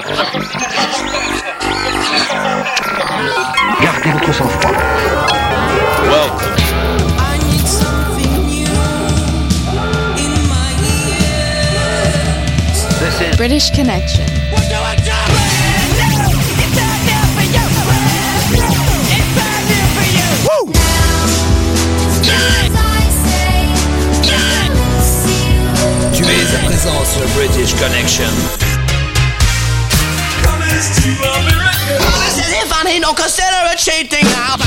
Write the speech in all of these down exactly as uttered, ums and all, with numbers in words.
Gardez votre sang-froid. Welcome. This is British Connection. Tu es à présent sur British Connection. This is if I don't consider it cheating now.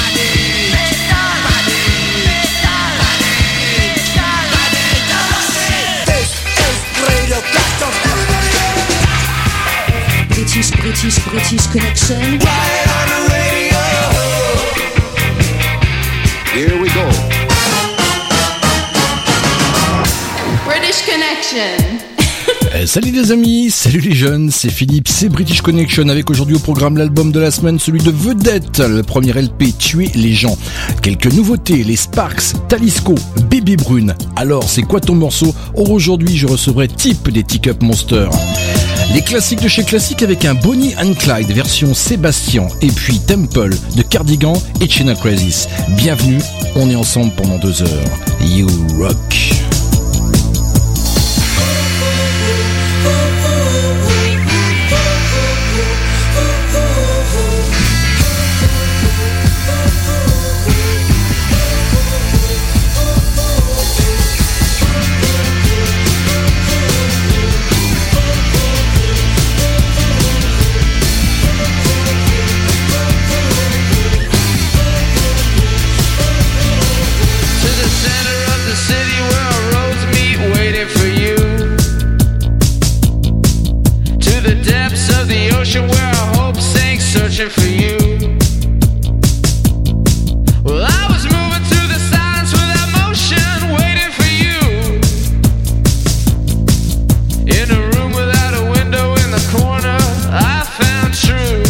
British, British, British Connection. Right on the radio. Here we go. British Connection. Eh, salut les amis, salut les jeunes, c'est Philippe, c'est British Connection avec aujourd'hui au programme l'album de la semaine, celui de Vedette, le premier L P, Tuer les gens. Quelques nouveautés, les Sparks, Talisco, Bébé Brune. Alors, c'est quoi ton morceau? Or, aujourd'hui, je recevrai Type des Tic Up Monster. Les classiques de chez Classique avec un Bonnie and Clyde version Sébastien et puis Temple de Cardigan et China Crazes. Bienvenue, on est ensemble pendant deux heures. You rock. For you. Well, I was moving through the silence without motion, waiting for you. In a room without a window in the corner, I found truth.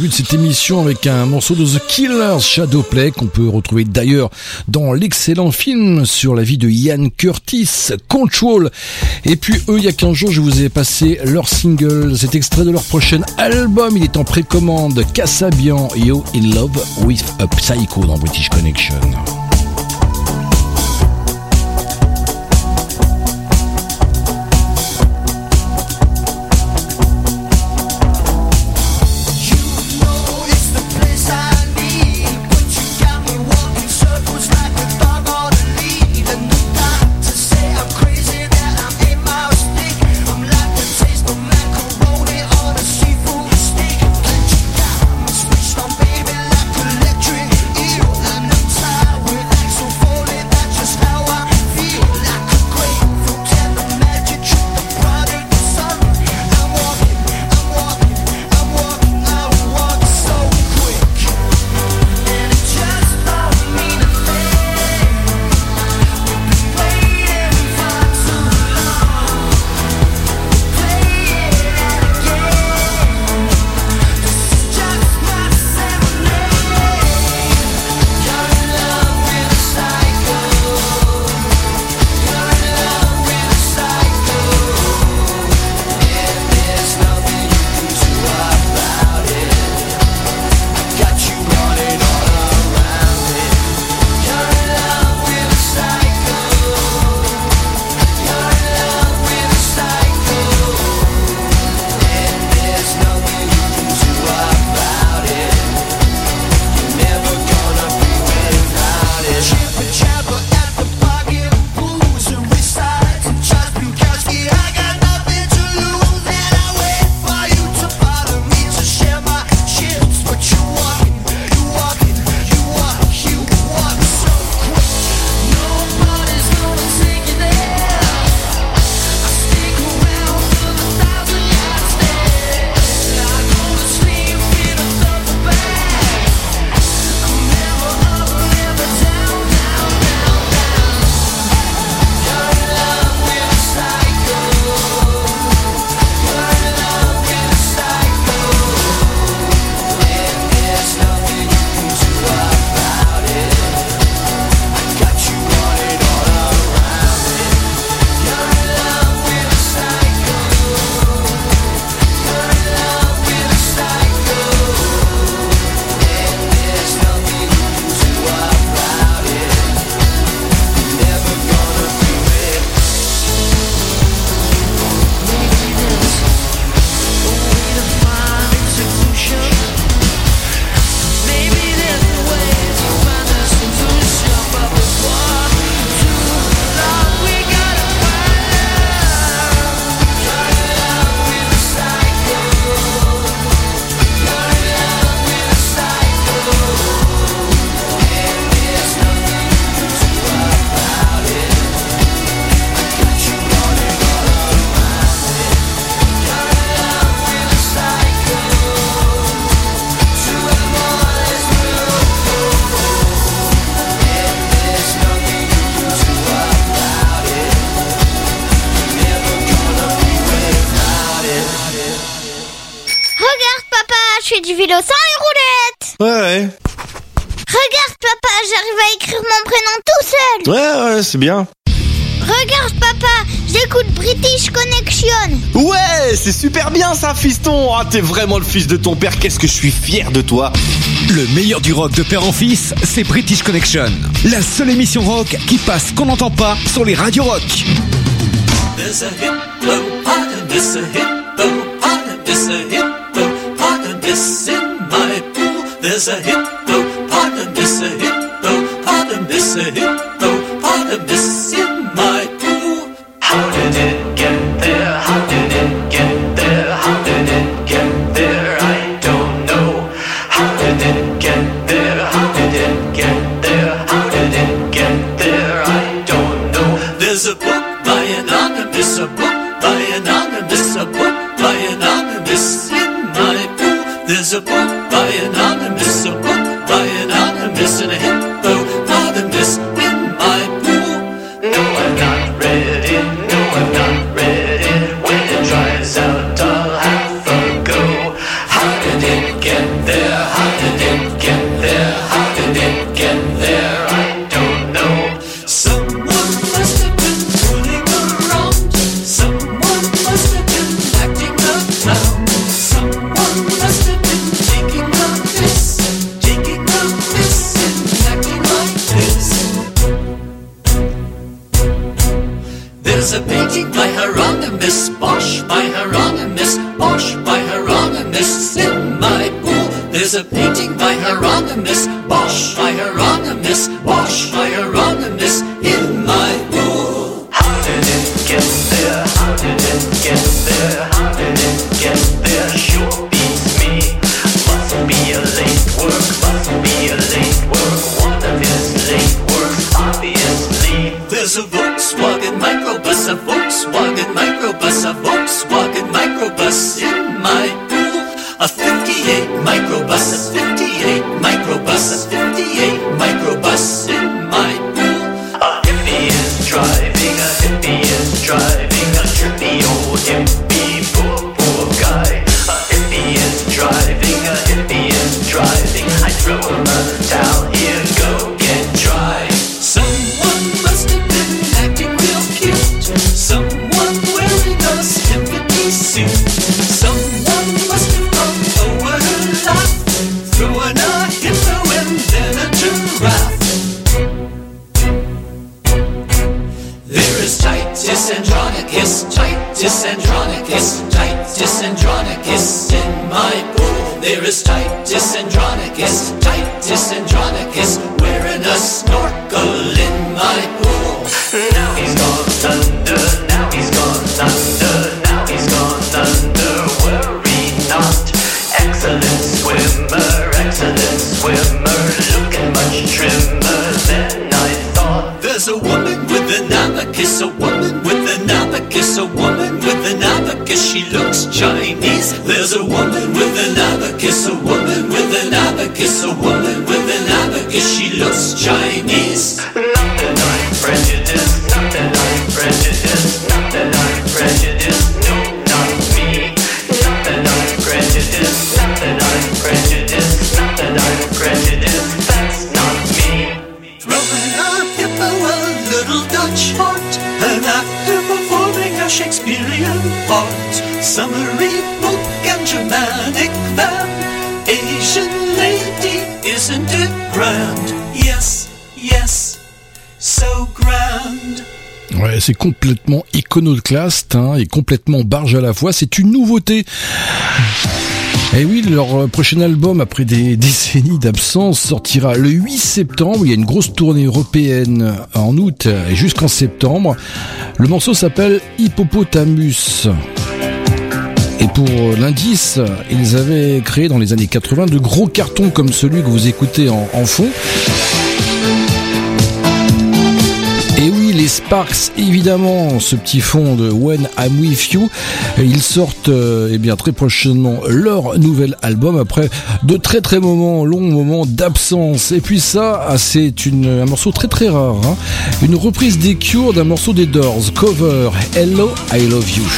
de cette émission avec un morceau de The Killers, Shadowplay, qu'on peut retrouver d'ailleurs dans l'excellent film sur la vie de Ian Curtis, Control. Et puis eux, il y a quinze jours, je vous ai passé leur single, cet extrait de leur prochain album. Il est en précommande, Kasabian, Yo in Love with a Psycho dans British Connection. vélo sans les roulettes. Ouais, ouais. Regarde, papa, j'arrive à écrire mon prénom tout seul. Ouais, ouais, c'est bien. Regarde, papa, j'écoute British Connection. Ouais, c'est super bien ça, fiston. Ah, t'es vraiment le fils de ton père, qu'est-ce que je suis fier de toi. Le meilleur du rock de père en fils, c'est British Connection. La seule émission rock qui passe qu'on n'entend pas sur les radios rock. There's a hippo potamus, a hippo potamus, a hippo potamus in my pool. There's a hippo potamus, a hippo potamus, a hippo potamus in my pool. How did it get there? How did it get there? How did it get there? I don't know. How did it get there? How did it get there? How did it get there? I don't know. There's a book by anonymous, a book by anonymous, a book by anonymous in my pool. There's a book by anonymous, a book by anonymous, and a hippopotamus in my pool. No, I've not read it, no, I've not read it. When it dries out, I'll have a go. How did it get there? there? How did it get there? How did it get there? I don't know. Someone must have been fooling around. Someone must have been acting a clown. Someone must have been taking a piss, taking a piss and acting like this. There's a painting by Hieronymus Bosch, by Hieronymus Bosch, by Hieronymus in my pool. There's a painting by Hieronymus Bosch, by Hieronymus Bosch, by Hieronymus in my pool. How did it get there? How did it get there? How did it get there? Sure beats me. Must be a late work, must be a late work. One of his late works, obviously. There's a Volkswagen microbus, a Volkswagen microbus, a Volkswagen microbus in my pool. A fifty-eight microbus, a fifty-eight microbus, a fifty-eight microbus in my pool. A hippie is driving, a hippie is driving, a trippy old hippie, poor, poor guy. A hippie is driving, a hippie is driving. I throw him a towel, here, go get dry. Someone must have been acting real cute. Someone wearing a symphony suit. Someone must have gone over her laugh, throwing a hippo and then a giraffe. There is Titus Andronicus, Titus Andronicus, Titus Andronicus in my pool. There is Titus Andronicus, Titus Andronicus, wearing a snorkel in my pool. Now he's gone under, now he's gone under, now he's gone under. Worry not, excellent swimmer, excellent swimmer, looking much trimmer than I thought. There's a woman with an abacus, a woman with an abacus, a woman with an abacus, she looks Chinese. There's a woman with an abacus, a woman with an abacus, a woman with an abacus, she looks Chinese. Not that I'm prejudiced, not that I'm prejudiced, not that I'm prejudiced, no, not me. Not that I'm prejudiced, not that I'm prejudiced, not that I'm prejudiced, that's not me. Throwing a hippo a little Dutch heart, an actor performing a Shakespearean part. Summary book and Germanic van, Asian lady, isn't it grand? Yes, yes, so grand. Ouais, c'est complètement iconoclaste hein, et complètement barge à la fois. C'est une nouveauté. Et oui, leur prochain album, après des décennies d'absence, sortira le huit septembre. Il y a une grosse tournée européenne en août et jusqu'en septembre. Le morceau s'appelle Hippopotamus. Et pour l'indice, ils avaient créé dans les années quatre-vingts de gros cartons comme celui que vous écoutez en, en fond. Et oui, les Sparks, évidemment, ce petit fond de When I'm With You, ils sortent euh, eh bien très prochainement leur nouvel album après de très très moments, longs moments d'absence. Et puis ça, ah, c'est une, un morceau très très rare, hein, une reprise des Cure d'un morceau des Doors, cover Hello, I Love You.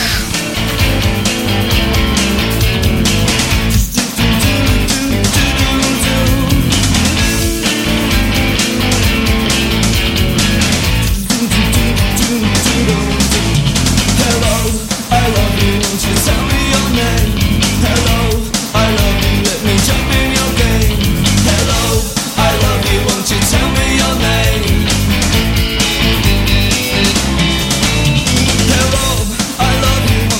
Hello, I love you.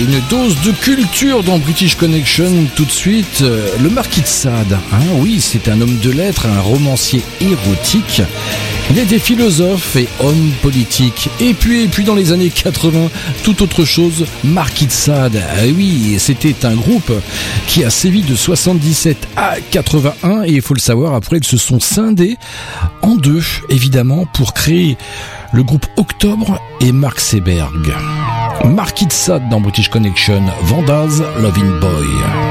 une dose de culture dans British Connection. Tout de suite, euh, le Marquis de Sade. Hein, oui, c'est un homme de lettres, un romancier érotique. Il était philosophe et homme politique. Et puis, et puis dans les années quatre-vingts, tout autre chose, Marquis de Sade. Ah oui, c'était un groupe qui a sévi de soixante-dix-sept à quatre-vingt-un. Et il faut le savoir, après, ils se sont scindés en deux, évidemment, pour créer le groupe Octobre et Mark Seberg. Marquis de Sade dans British Connection, Vanda's Loving Boy.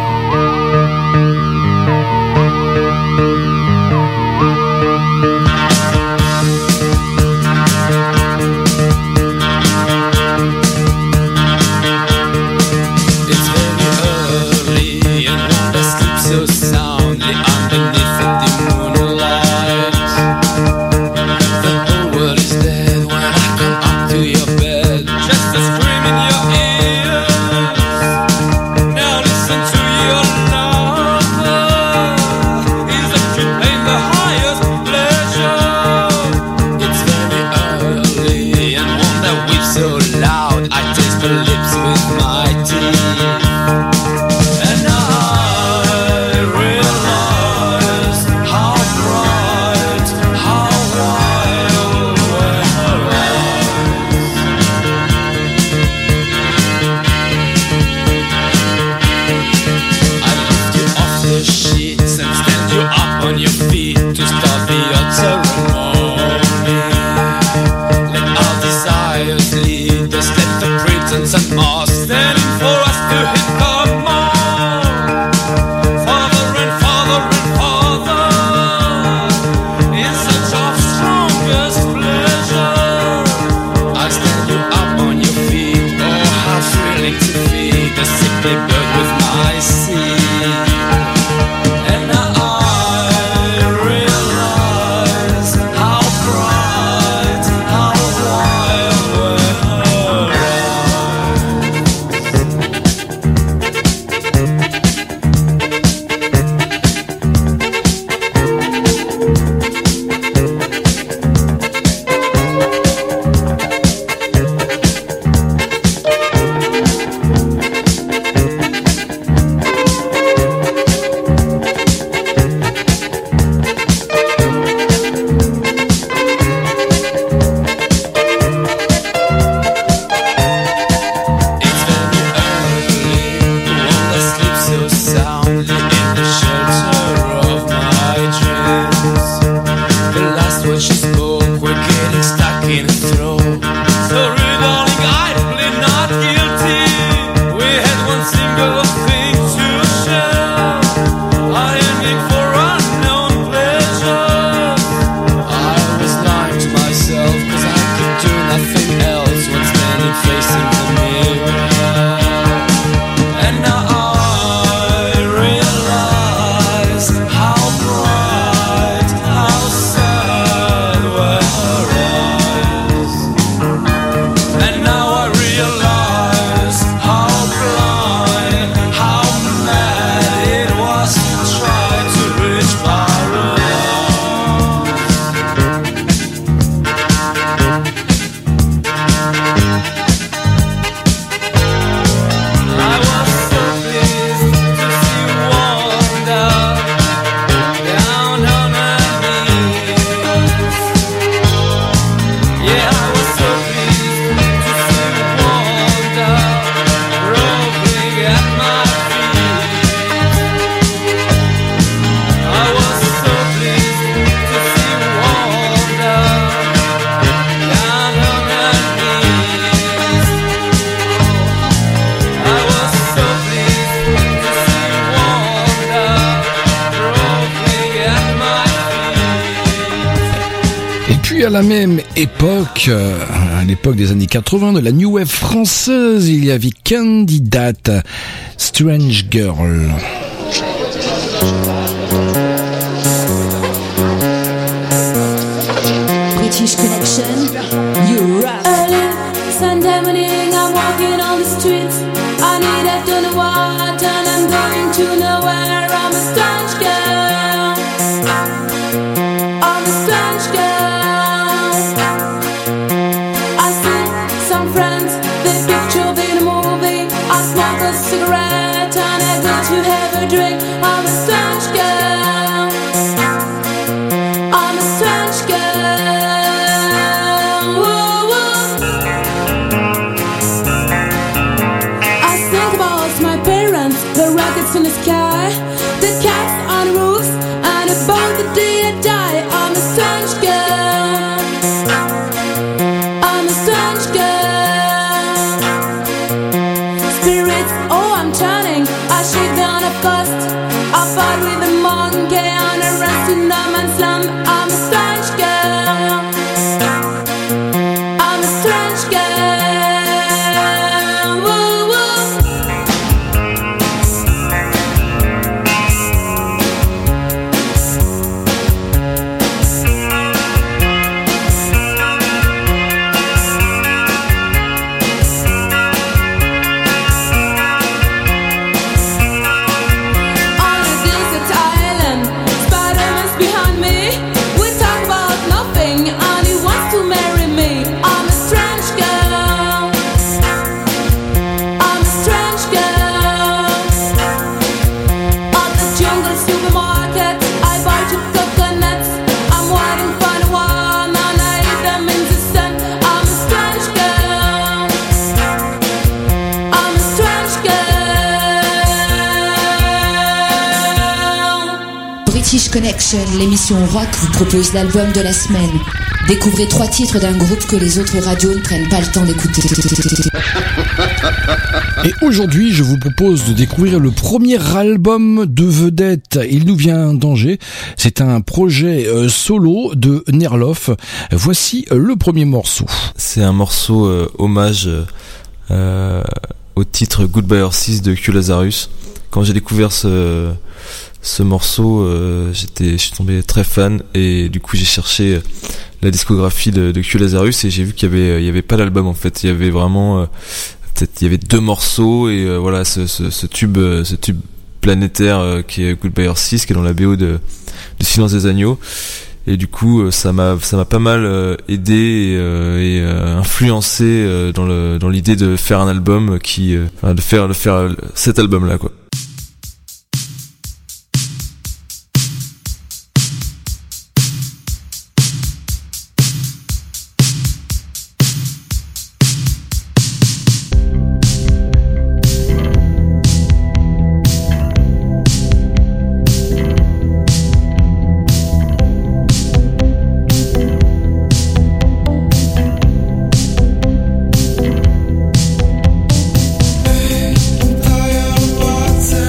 À la même époque, euh, à l'époque des années quatre-vingts, de la New Wave française, il y avait Candidate, Strange Girl. British Connection, you rock. Early Sunday morning, I'm walking on the streets. I need a don't know what, and I'm going to nowhere. I'm a strange girl. I'm a strange girl. I see some friends, they picture in a movie. I smoke a cigarette and I go to have a drink. I'm a strange girl. I'm a strange girl. Whoa, whoa. I think about my parents, the rockets in the sky, the cats on the roofs, and about the day I die. I'm a strange girl. I'm a strange girl. Spirits, oh, I'm turning. I shake down a ghost. I fight with a monkey and a rest in no man's land. I'm a strange girl. I'm a strange girl. Woo, woo. On a desert island, Spider-Man's behind me. We talk about nothing and he wants to marry me. I'm a strange girl. I'm a strange girl. At the jungle supermarket, I buy two coconuts. I'm waiting for the one and I eat them in the sun. I'm a strange girl. I'm a strange girl. British Connection, l'émission rock, vous propose l'album de la semaine. Découvrez trois titres d'un groupe que les autres radios ne prennent pas le temps d'écouter. Et aujourd'hui, je vous propose de découvrir le premier album de Vedette. Il nous vient d'Angers. C'est un projet euh, solo de Nerloff. Voici euh, le premier morceau. C'est un morceau euh, hommage euh, au titre Goodbye Horses de Q Lazarus. Quand j'ai découvert ce ce morceau, euh, j'étais, je suis tombé très fan et du coup j'ai cherché la discographie de, de Q Lazarus et j'ai vu qu'il y avait, il y avait pas l'album en fait. Il y avait vraiment, euh, peut-être, il y avait deux morceaux et euh, voilà ce, ce, ce tube, ce tube planétaire euh, qui est Goodbye Horses, qui est dans la B O de, de Silence des Agneaux. Et du coup, ça m'a, ça m'a pas mal euh, aidé et, euh, et euh, influencé euh, dans le, dans l'idée de faire un album qui, euh, enfin, de faire, de faire cet album-là, quoi. Hey,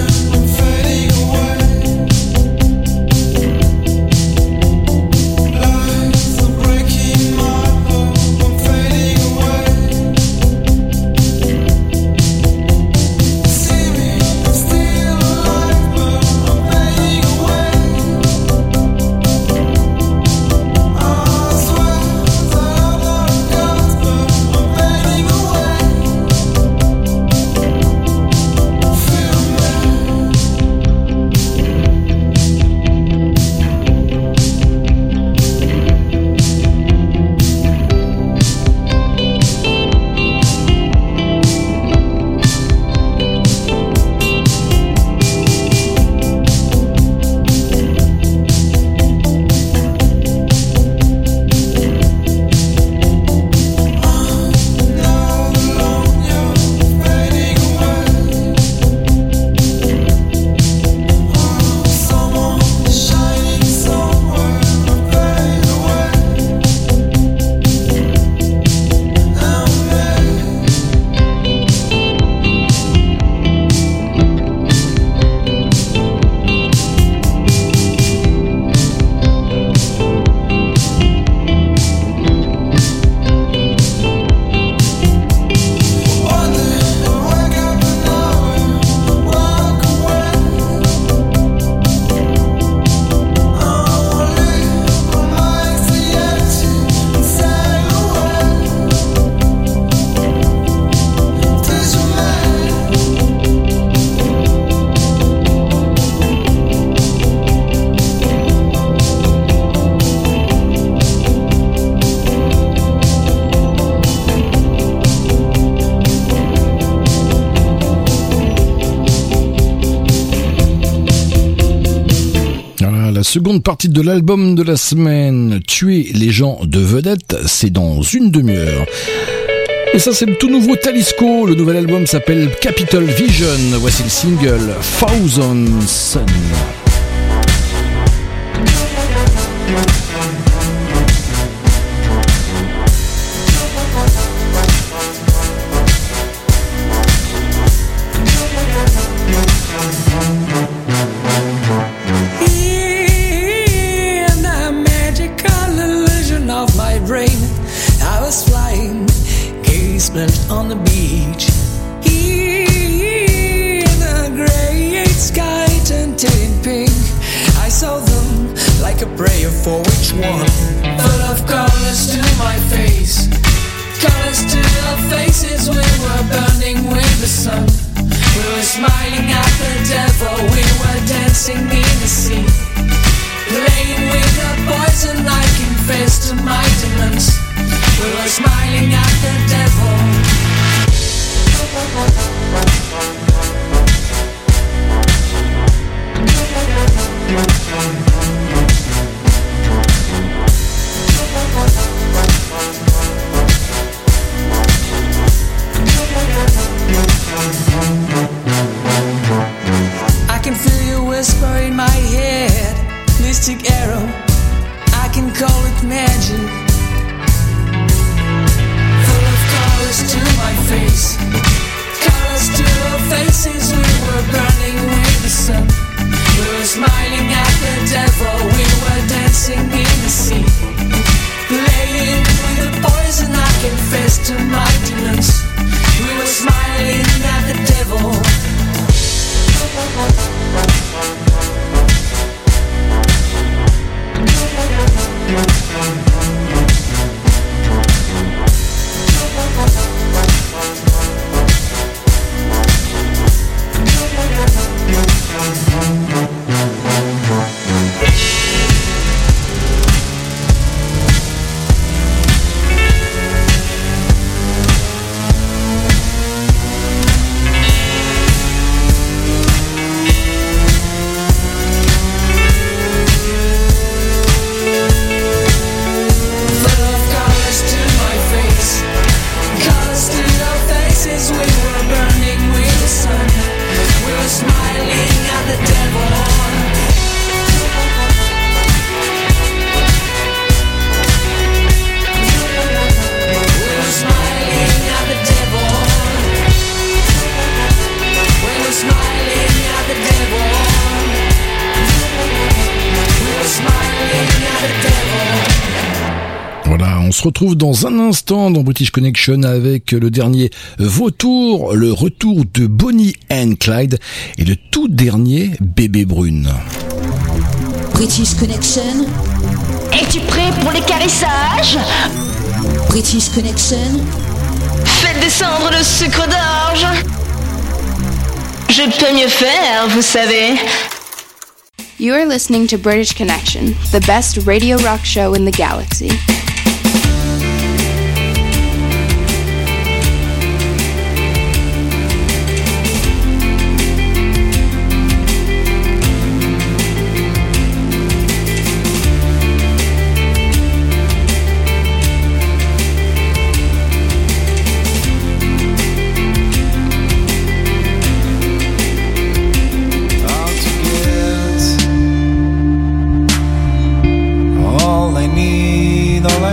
seconde partie de l'album de la semaine. Tuer les gens de vedette, c'est dans une demi-heure. Et ça, c'est le tout nouveau Talisco. Le nouvel album s'appelle Capital Vision. Voici le single Thousand Sun. On the beach, here the great sky tinted pink. I saw them like a prayer for which one, full of colors to my face, colors to our faces. We were burning with the sun. We were smiling at the devil. We were dancing in the sea, playing with the poison. I confess to my demons. We were smiling at the devil. I can feel you whisper in my head, mystic arrow, I can call it magic. To my face, colors to our faces. We were burning with the sun. We were smiling at the devil. We were dancing in the sea, playing with the poison. I confess to my demons. We were smiling at the devil. On se retrouve dans un instant dans British Connection avec le dernier Vautour, le retour de Bonnie and Clyde et le tout dernier Bébé Brune. British Connection. Es-tu prêt pour les caressages? British Connection. Faites descendre le sucre d'orge. Je peux mieux faire, vous savez. You are listening to British Connection, the best radio rock show in the galaxy. All I need, all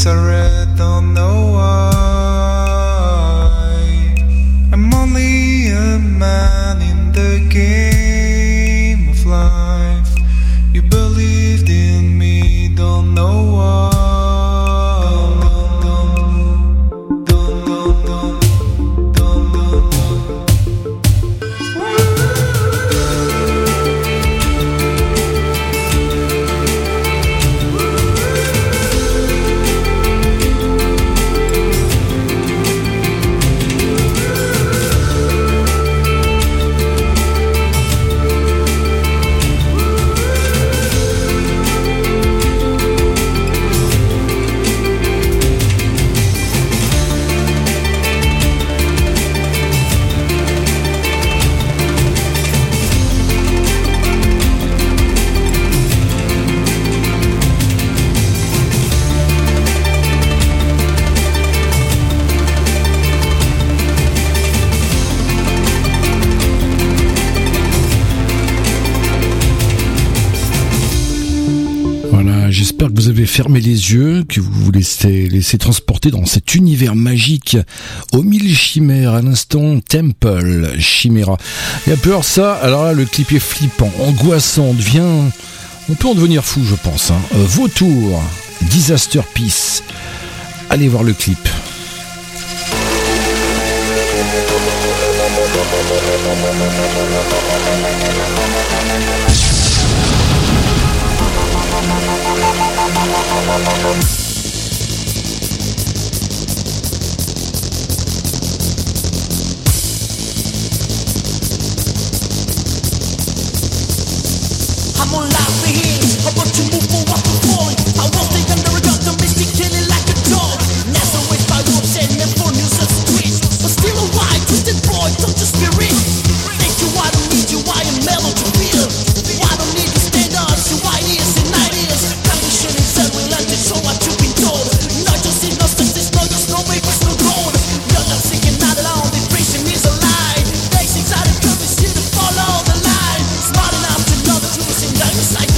lips are red, don't know why. I'm only a man in the game of life. You believed in me, don't know why. J'espère que vous avez fermé les yeux, que vous vous laissez, laissez transporter dans cet univers magique aux mille chimères. À l'instant, Temple, Chimera. Il y a peur ça. Alors là, le clip est flippant, angoissant, on devient, on peut en devenir fou, je pense. Hein. Euh, Vautour, Disaster Peace. Allez voir le clip. I'm on live for him. How about you move for what you're falling? I won't stay under a gun to make me kill it like a dog. Never wait by wolves and never news of streets. But still a white twisted boy, touch your spirit. Thank you, I don't need you, I am mellow to feel. I don't need to stand up, see why it is and night is. Condition is unrelenting, so what you've been told. Not just in no success, no just no way, but no gold. You're not seeking not alone, the depression is a lie. Basics out of courage, here to follow the line. Smart enough to know the truth and darkness like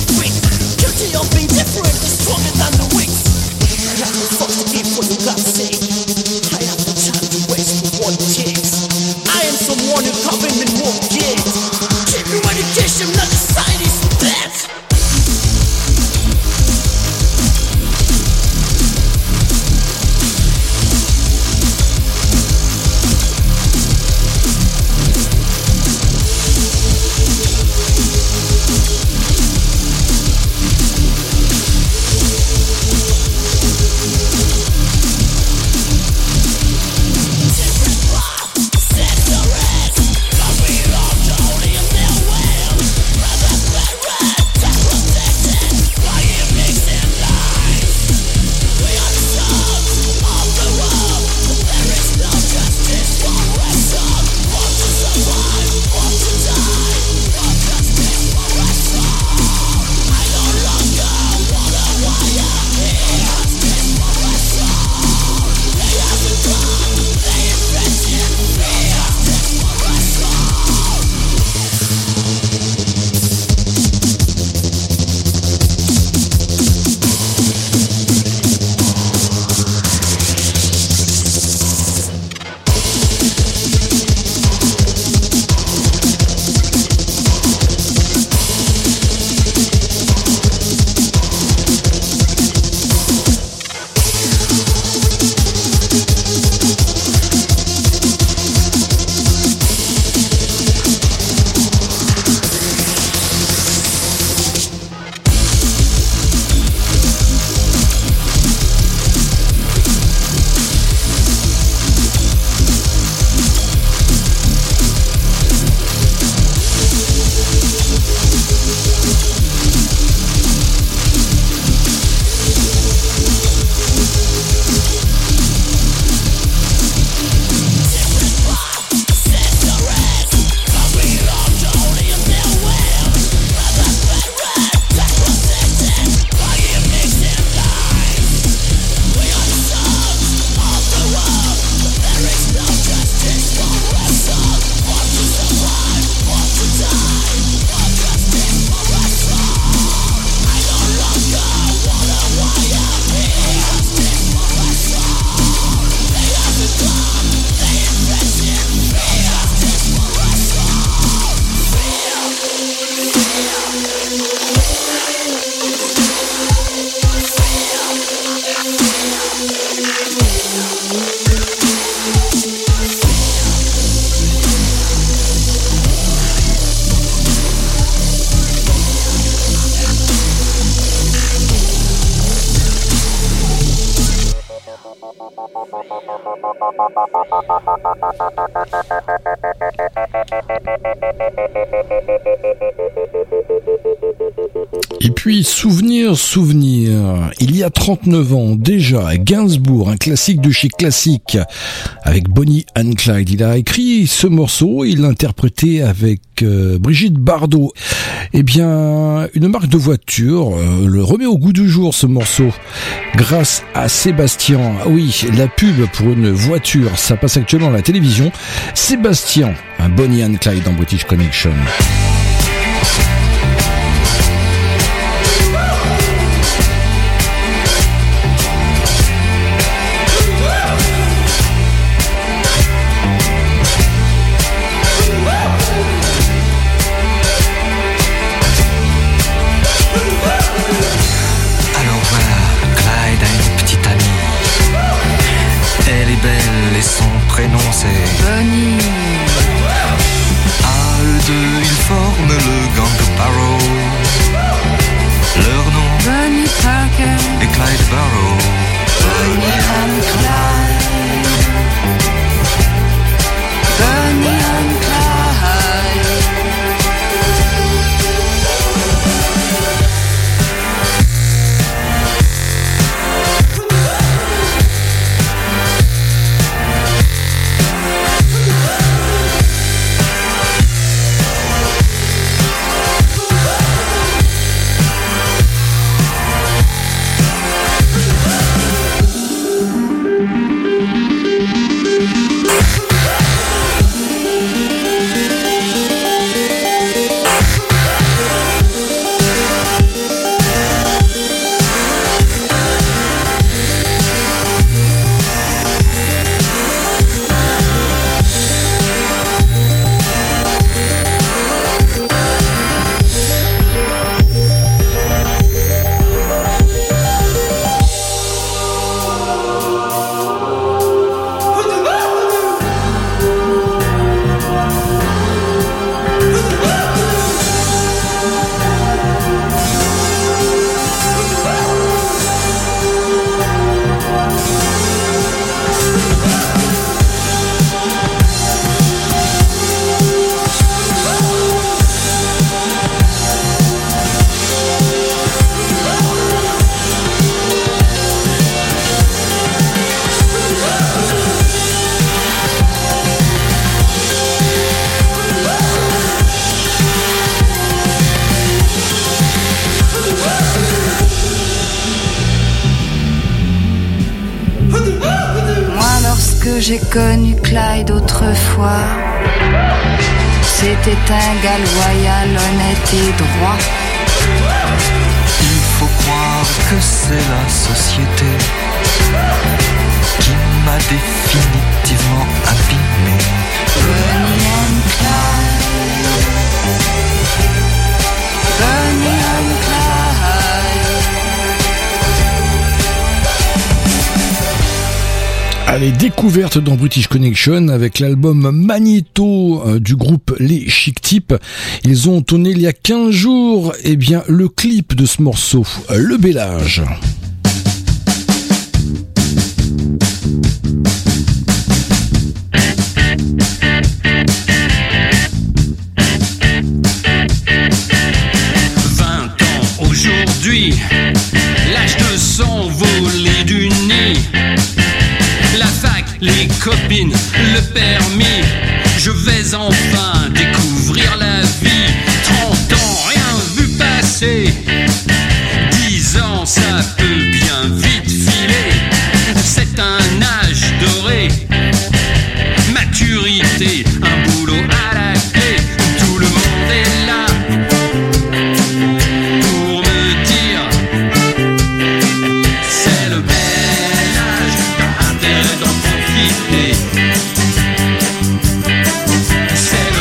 Et puis, souvenir, souvenir, il y a trente-neuf ans, déjà, Gainsbourg, un classique de chez classique, avec Bonnie and Clyde. Il a écrit ce morceau, il l'a interprété avec euh, Brigitte Bardot. Eh bien, une marque de voiture euh, le remet au goût du jour, ce morceau, grâce à Sébastien. Oui, la pub pour une voiture, ça passe actuellement à la télévision. Sébastien, un Bonnie and Clyde dans British Connection. Prénom c'est Bonnie. À eux deux ils forment le gang Barrow. Leur nom Bonnie Parker et Clyde Barrow. Bonnie and Clyde. Bonnie and Clyde. J'ai connu Clyde autrefois. C'était un gars loyal, honnête et droit. Il faut croire que c'est la société qui m'a définitivement abîmé. Bonnie and Clyde. Bonnie and Clyde. Allez, découverte dans British Connection avec l'album Magneto euh, du groupe Les Chic Types. Ils ont tourné il y a quinze jours, eh bien, le clip de ce morceau, Le Bel Âge. vingt ans aujourd'hui, l'âge de s'envoler du nid. La fac, les copines, le permis, je vais enfin découvrir la vie. Trente ans, rien vu passer. Dix ans, ça peut bien vite filer. C'est un âge doré. Maturité, un boulot à la clé. Tout le monde est là pour me dire c'est le bel âge, t'as intérêt d'en profiter. C'est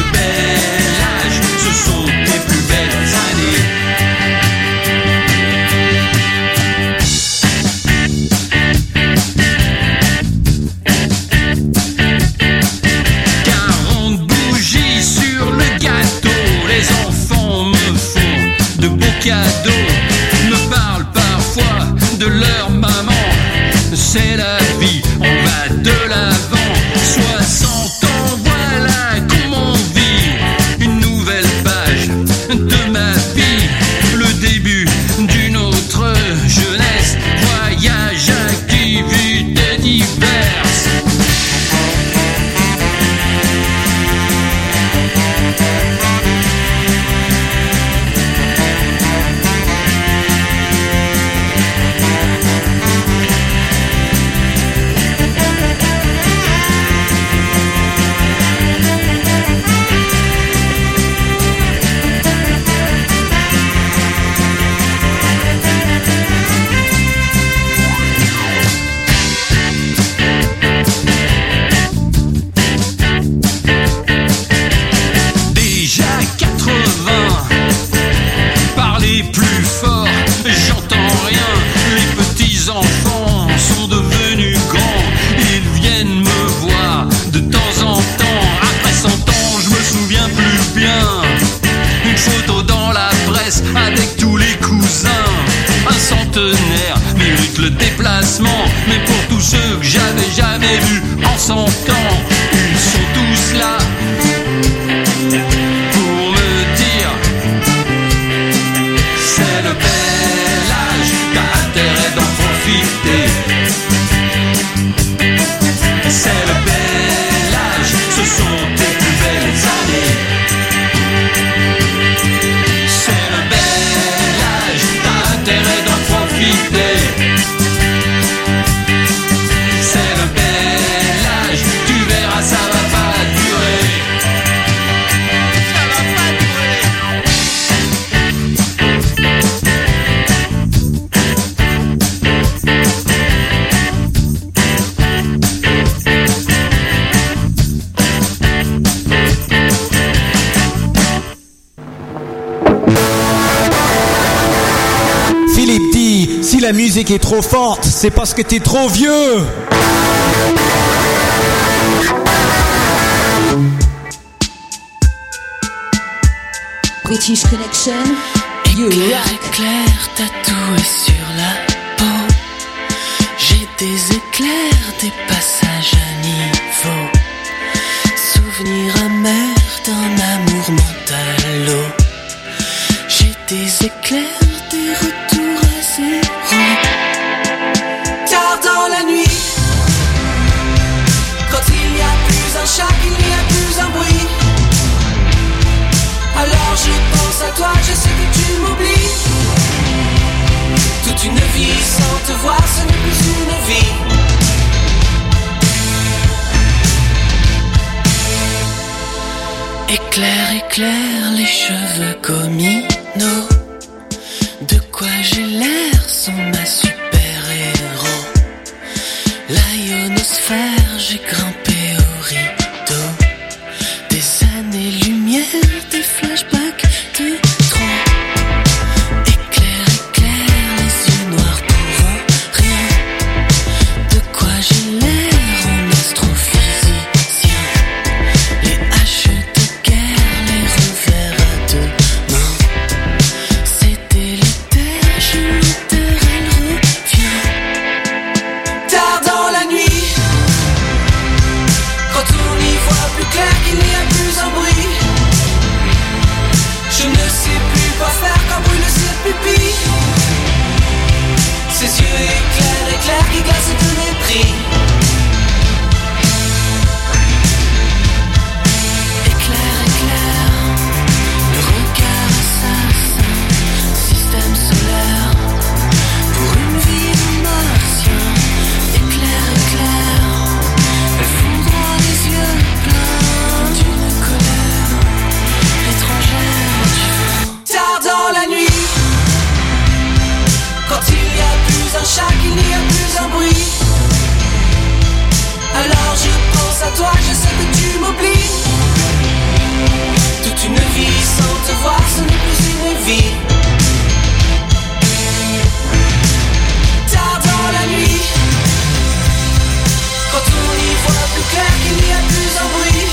va de l'avant. Soixante ans, voilà comment on vit une nouvelle page de ma vie, le début d'une autre jeunesse, voyage, activités diverses. Mérite le déplacement, mais pour tous ceux que j'avais jamais vus en cent ans, ils sont tous là pour me dire c'est le bel âge, t'as intérêt d'en profiter. C'est le bel âge, ce sont tes plus belles années. C'est le bel âge, t'as intérêt d'en profiter. C'est le bel âge, tu verras ça va pas durer. Ça va pas Philippe dit, si la musique est trop forte, c'est parce que t'es trop vieux. British Connection, you rock. Éclair tatoué sur la peau. J'ai des éclairs, des passages à niveau. Souvenir amer d'un amour mental. J'ai des éclairs, des retours à zéro. Tard dans la nuit, quand il n'y a plus un chat, il n'y a plus un bruit. Alors je pense à toi, je sais que tu m'oublies. Toute une vie sans te voir, ce n'est plus une vie. Éclair, éclair, les cheveux communaux. De quoi j'ai l'air sans ma super-héros. La ionosphère, j'ai grimpé au rideau. Des années-lumière, des flashbacks de trop. Éclair, éclair, les yeux noirs pour rien. De quoi j'ai l'air en astrophysicien. Les haches de guerre, les revers à deux mains. C'est délétère, je l'enterre, elle revient. Tard dans la nuit, quand on y voit plus clair, qu'il n'y a plus un bruit. Je ne sais plus quoi faire quand brûle ses pupilles. Ses yeux éclairent, éclairent, qui glacent de mépris. Éclair, éclair, le regard assassin, système solaire, pour une vie de martien. Éclair, éclair, elle foudroie les yeux pleins d'une colère étrangère du vent. Tard dans la nuit, quand il n'y a plus un chat, qu'il n'y a plus un bruit. Alors je pense à toi, je sais que tu m'oublies. Toute une vie sans te voir, ce n'est plus une vie. Tard dans la nuit, quand on y voit plus clair, qu'il n'y a plus un bruit.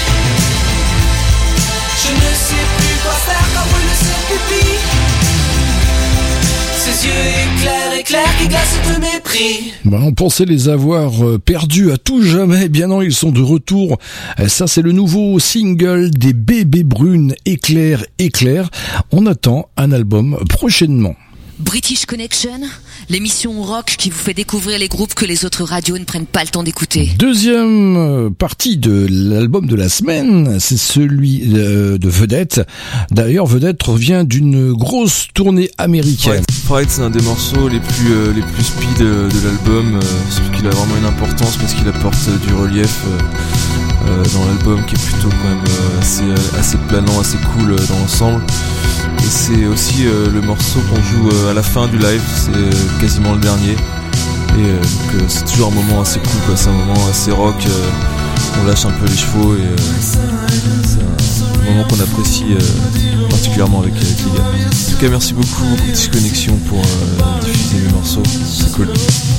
Je ne sais plus quoi faire quand brûle ses pupilles. Ses yeux éclairent, Éclair, éclair qui glace de mépris. Ben, on pensait les avoir euh, perdus à tout jamais. Bien non, ils sont de retour. Euh, ça, c'est le nouveau single des Bébés Brunes, Éclair, Éclair. On attend un album prochainement. British Connection, l'émission rock qui vous fait découvrir les groupes que les autres radios ne prennent pas le temps d'écouter. Deuxième partie de l'album de la semaine, c'est celui de, de Vedette. D'ailleurs, Vedette revient d'une grosse tournée américaine. Pride, c'est un des morceaux les plus euh, les plus speed de, de l'album, euh, sauf qu'il a vraiment une importance parce qu'il apporte euh, du relief euh, euh, dans l'album qui est plutôt quand même euh, assez euh, assez planant, assez cool euh, dans l'ensemble. Et c'est aussi euh, le morceau qu'on joue euh, à la fin du live, c'est euh, quasiment le dernier. Et euh, donc euh, c'est toujours un moment assez cool, quoi. C'est un moment assez rock, euh, on lâche un peu les chevaux et euh, c'est un moment qu'on apprécie euh, particulièrement avec, avec les gars. En tout cas, merci beaucoup British Connection pour euh, diffuser mes morceaux, c'est cool.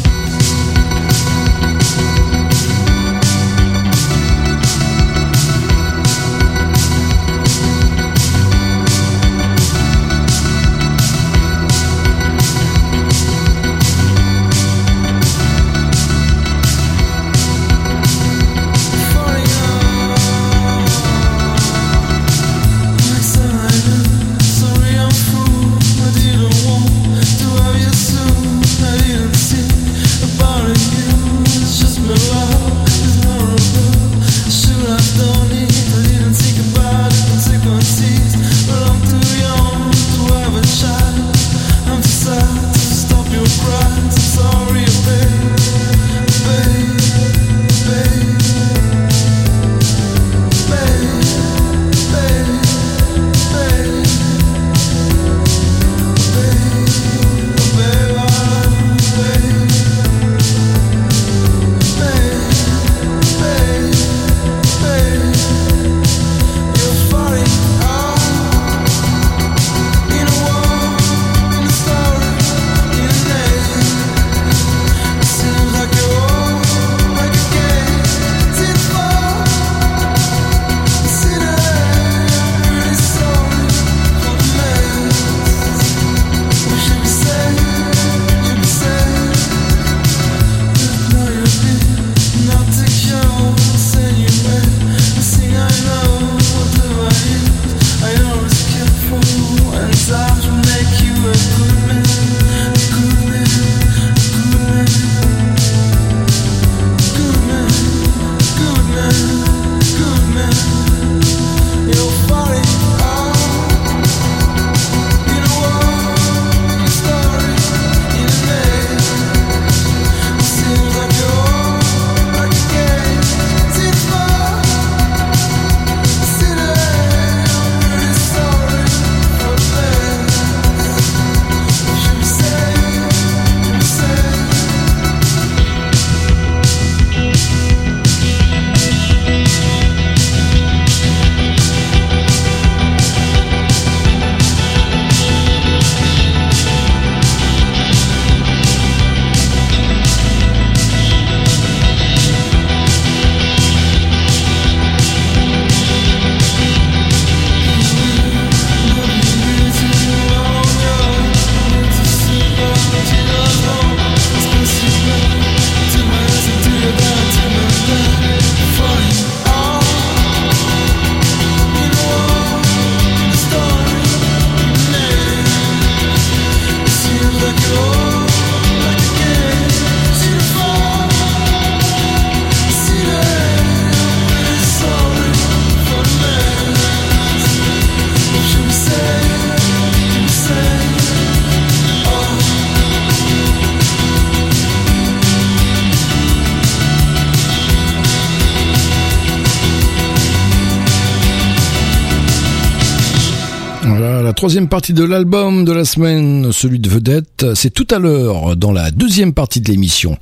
Troisième partie de l'album de la semaine, celui de Vedette, c'est tout à l'heure dans la deuxième partie de l'émission.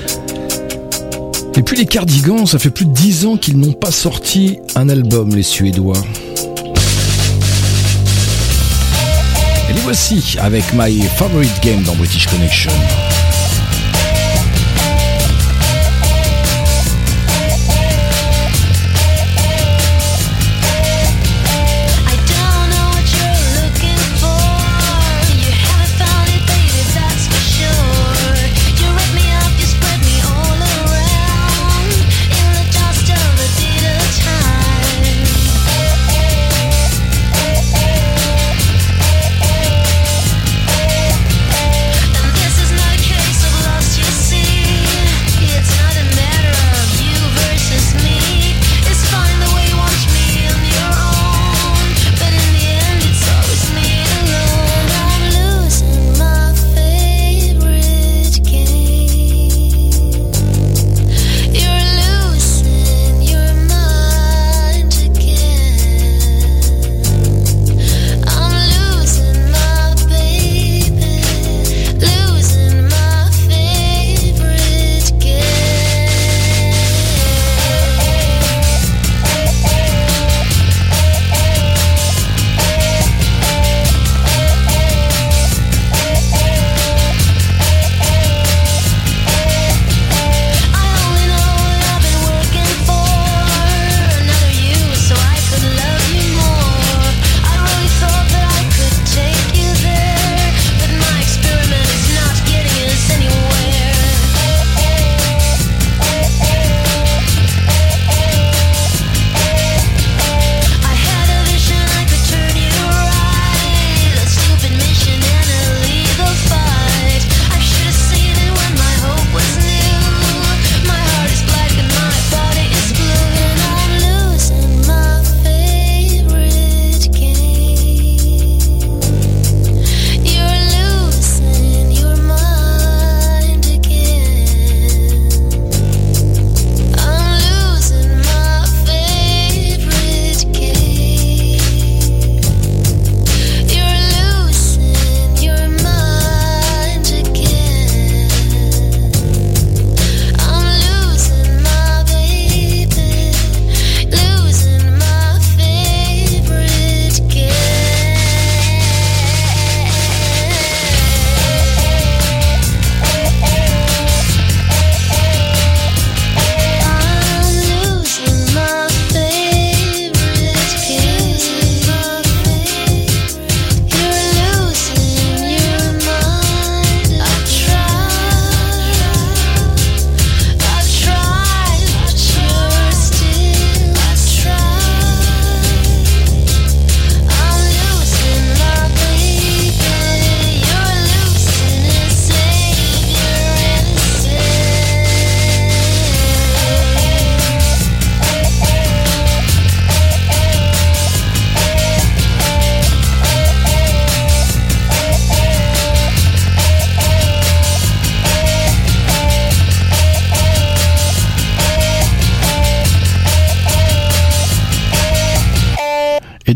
Et puis les Cardigans, ça fait plus de dix ans qu'ils n'ont pas sorti un album, les Suédois. Et les voici avec My Favorite Game dans British Connection. That's for sure.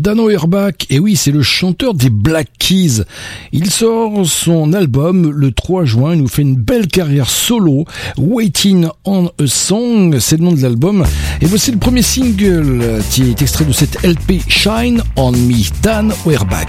Dan Auerbach, et oui, c'est le chanteur des Black Keys. Il sort son album le trois juin, il nous fait une belle carrière solo, Waiting on a Song, c'est le nom de l'album. Et voici le premier single qui est extrait de cette L P, Shine on Me, Dan Auerbach.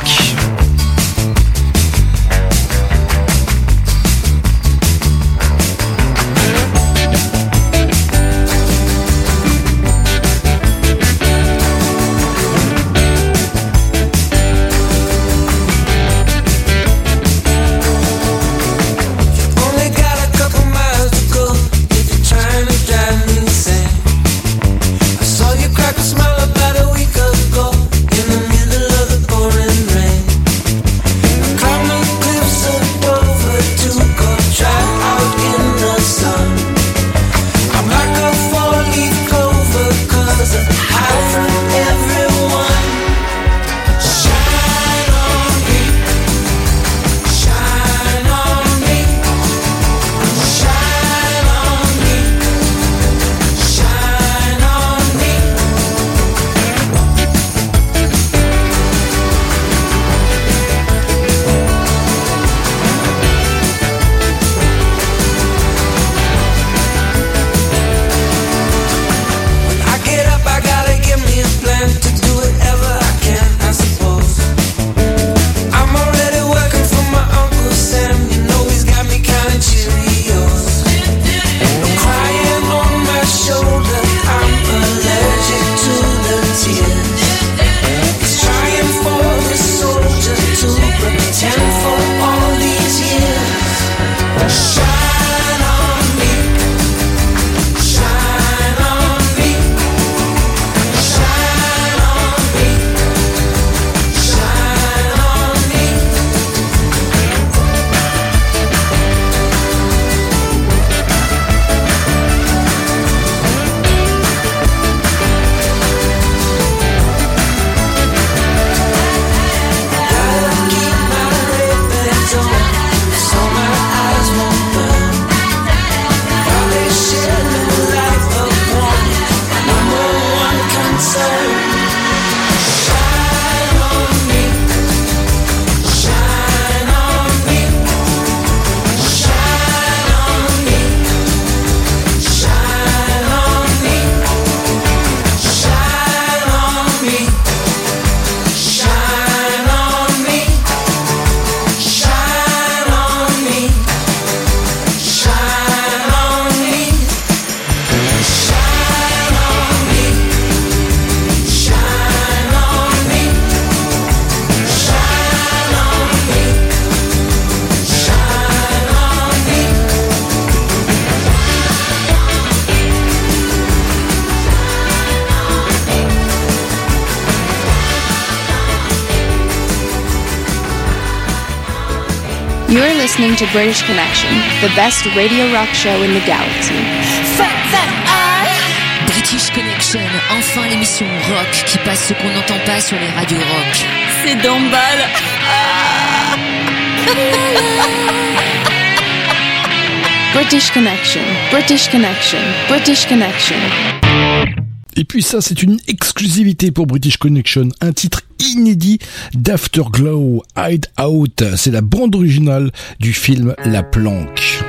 You're listening to British Connection, the best radio rock show in the galaxy. British Connection, enfin l'émission rock qui passe ce qu'on n'entend pas sur les radios rock. C'est d'emballe. British Connection, British Connection, British Connection. Et puis ça, c'est une exclusivité pour British Connection, un titre inédit d'Afterglow, Hide Out. C'est la bande originale du film La Planque.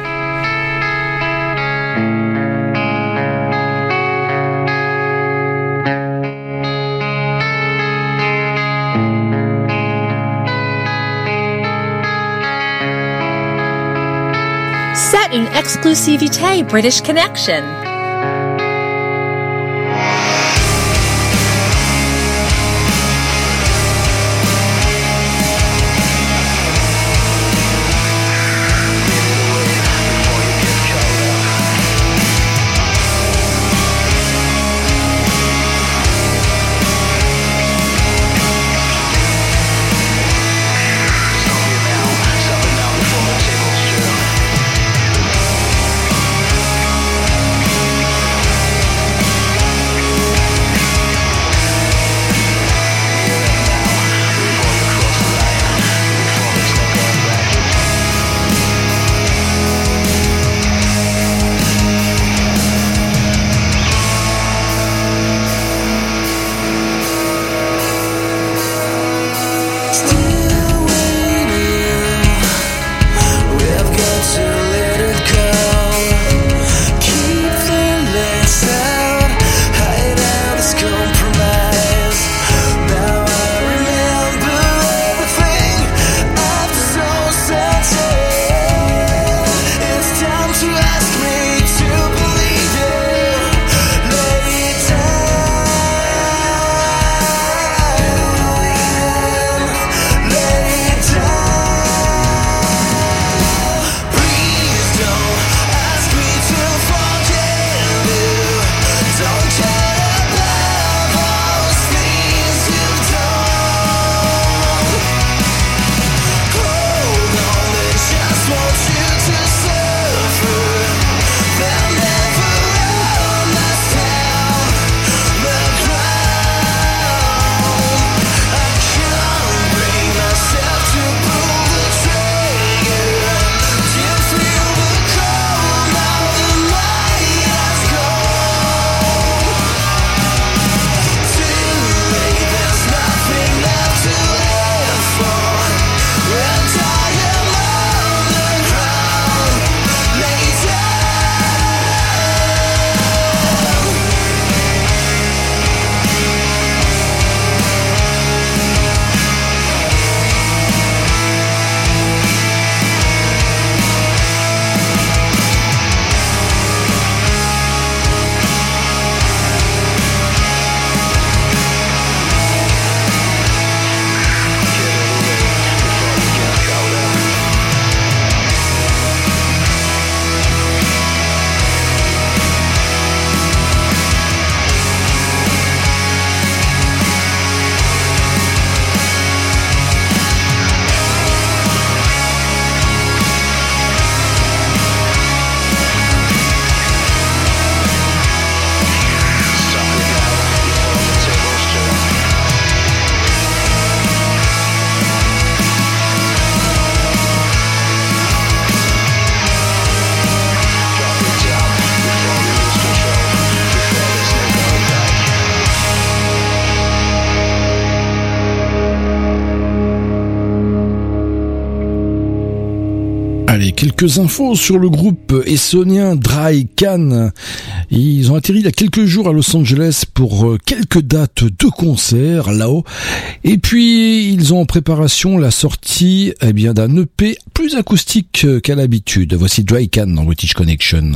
C'est une exclusivité British Connection. Something now before the tables turn. quelques infos sur le groupe essonien Dry Can. Ils ont atterri il y a quelques jours à Los Angeles pour quelques dates de concert là-haut. Et puis, ils ont en préparation la sortie eh bien, d'un E P plus acoustique qu'à l'habitude. Voici Dry Can dans British Connection.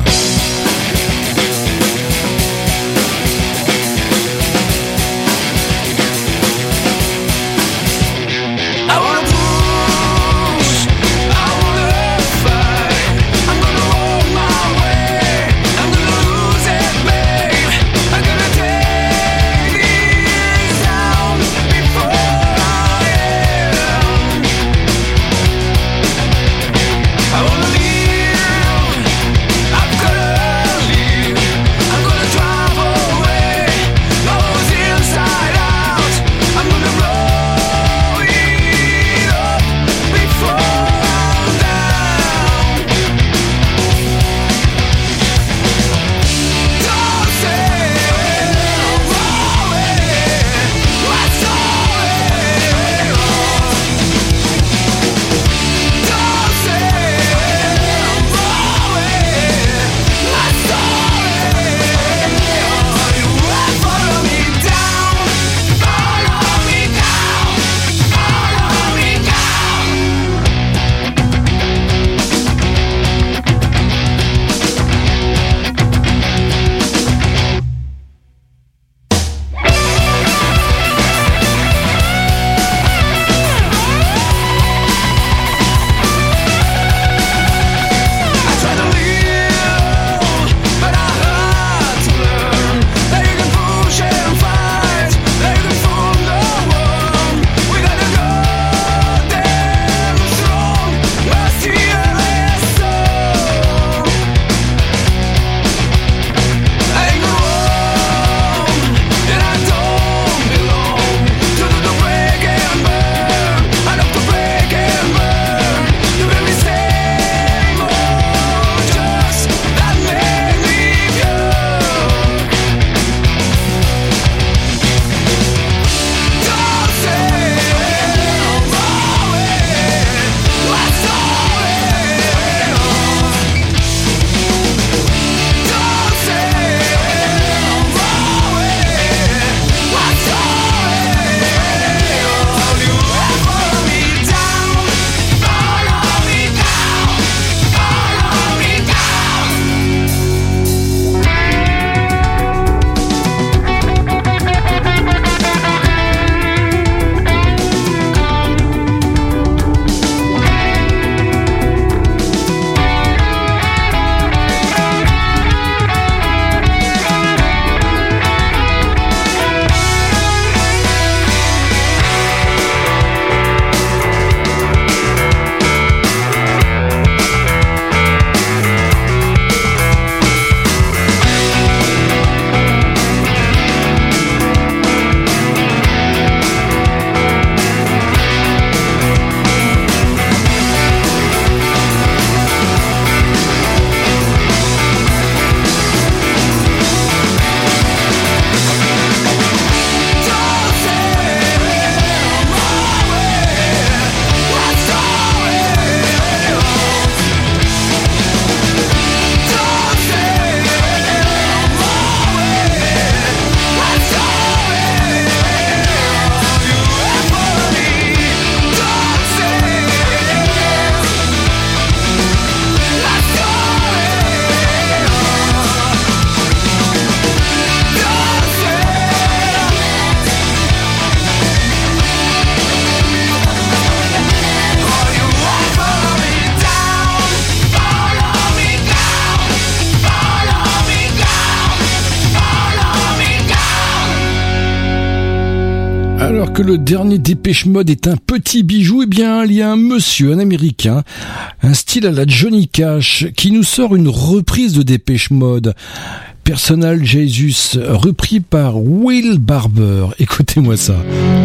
Alors que le dernier Dépêche Mode est un petit bijou, eh bien, il y a un monsieur, un américain, un style à la Johnny Cash, qui nous sort une reprise de Dépêche Mode. Personal Jesus, repris par Will Barber. Écoutez-moi ça.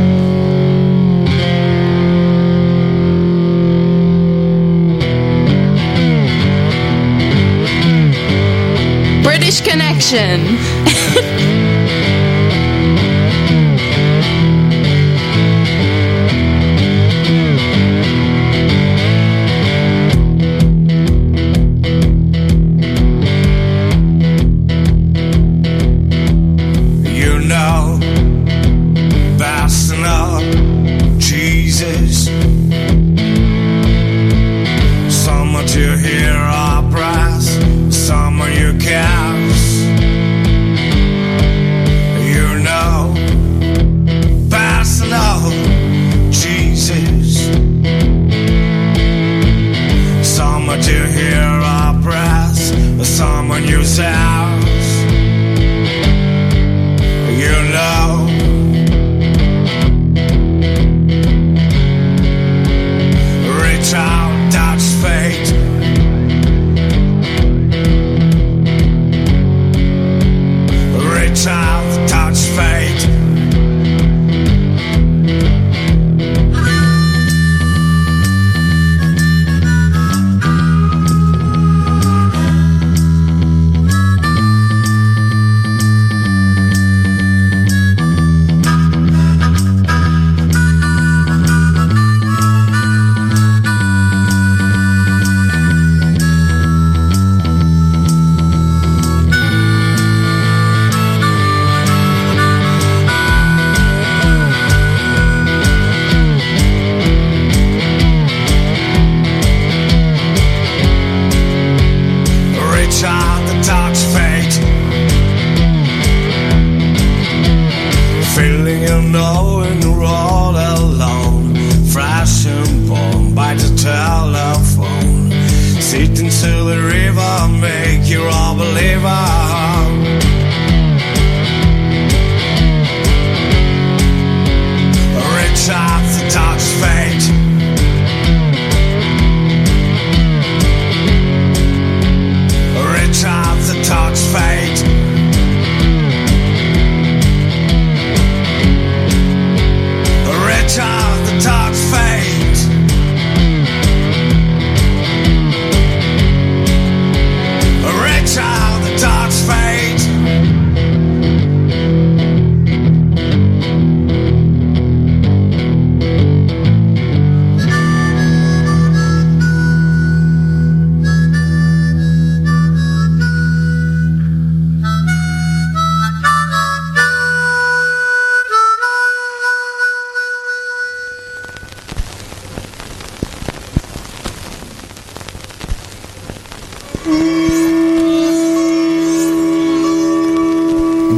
British Connection.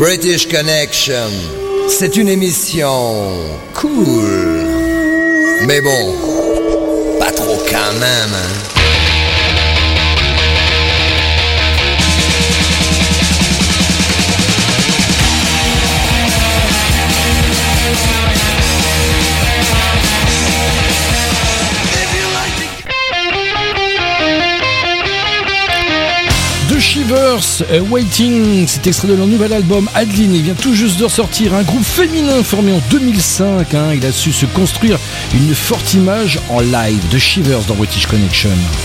British Connection, c'est une émission cool. Mais bon, pas trop quand même, hein. Shivers, uh, Waiting, c'est extrait de leur nouvel album Adeline. Il vient tout juste de ressortir, un groupe féminin formé en deux mille cinq. Hein. Il a su se construire une forte image en live. De Shivers dans British Connection.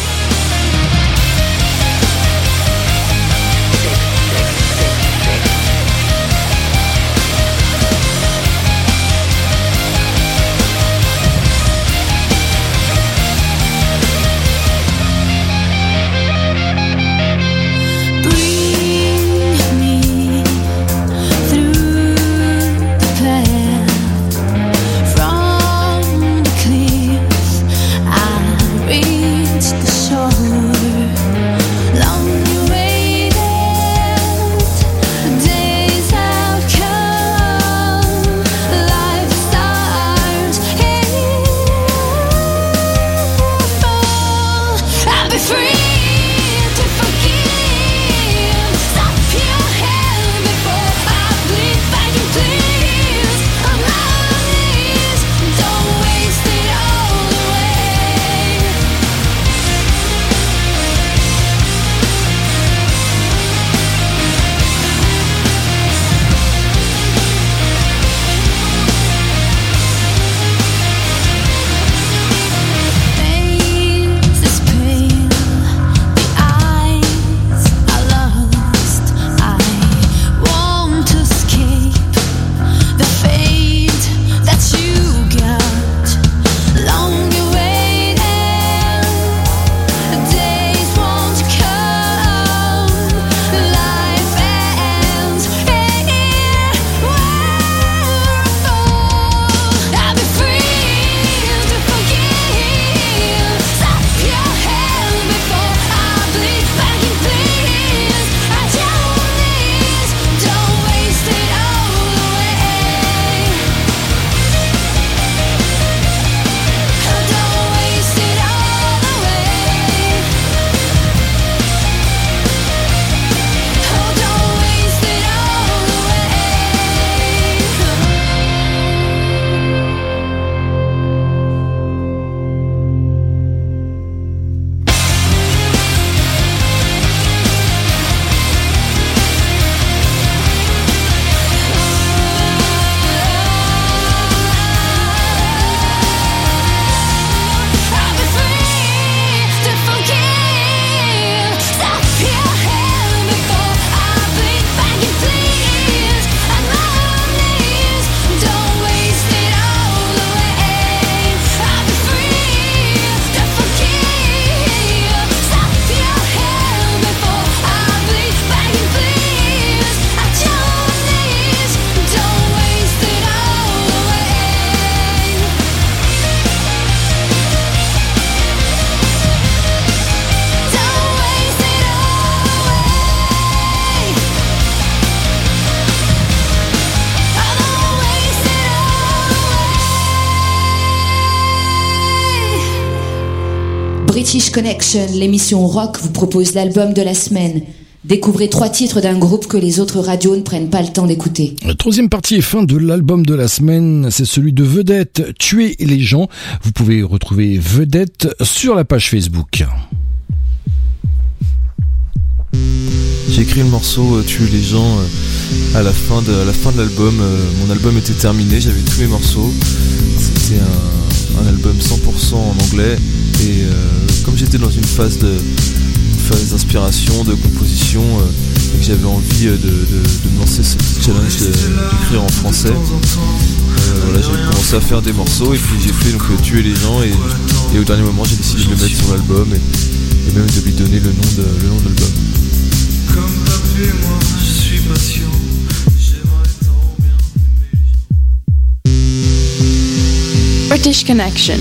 British Connection, l'émission rock, vous propose l'album de la semaine. Découvrez trois titres d'un groupe que les autres radios ne prennent pas le temps d'écouter. La troisième partie et fin de l'album de la semaine, c'est celui de Vedette, Tuer les gens. Vous pouvez retrouver Vedette sur la page Facebook. J'ai écrit le morceau euh, Tuer les gens euh, à la fin de, à la fin de l'album. Euh, mon album était terminé, j'avais tous mes morceaux. C'était un, un album cent pour cent en anglais. Et euh, comme j'étais dans une phase de une phase d'inspiration, de composition, euh, et que j'avais envie de, de, de me lancer ce petit challenge de, d'écrire en français, euh, voilà, j'ai commencé à faire des morceaux et puis j'ai fait donc euh, Tuer les gens et, et au dernier moment j'ai décidé de le mettre sur l'album et, et même de lui donner le nom de, le nom de l'album. Comme papier, moi je suis patient. J'aimerais tant bien. British Connection.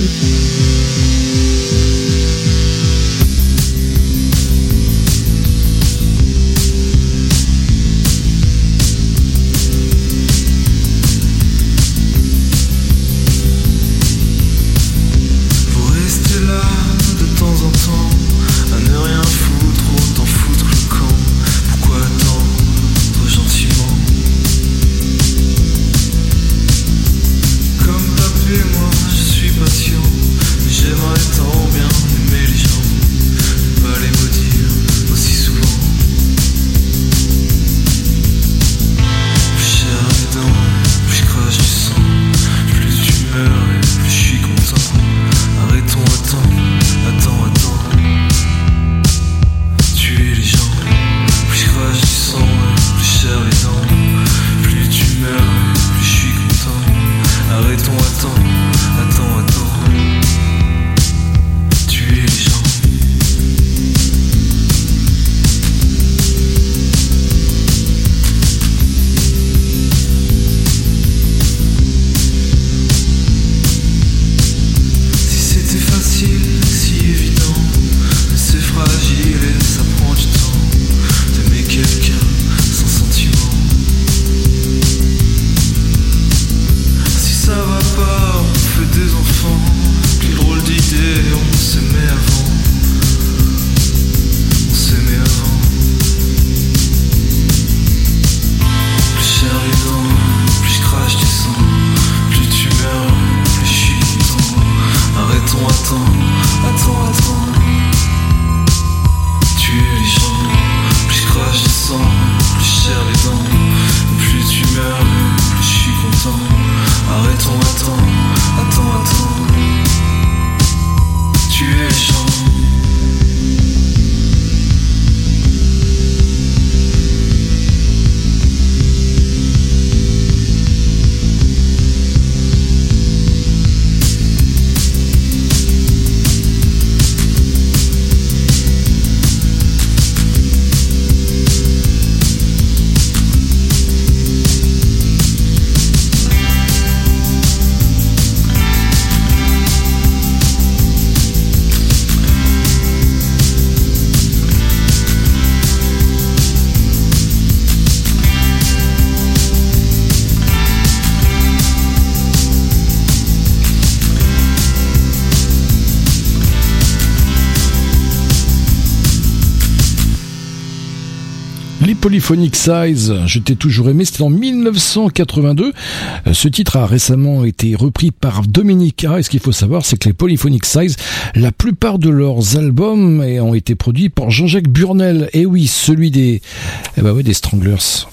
Polyphonic Size, je t'ai toujours aimé, c'était en mille neuf cent quatre-vingt-deux. Ce titre a récemment été repris par Dominica, et ce qu'il faut savoir, c'est que les Polyphonic Size, la plupart de leurs albums ont été produits par Jean-Jacques Burnel, et oui, celui des, eh ben ouais, des Stranglers.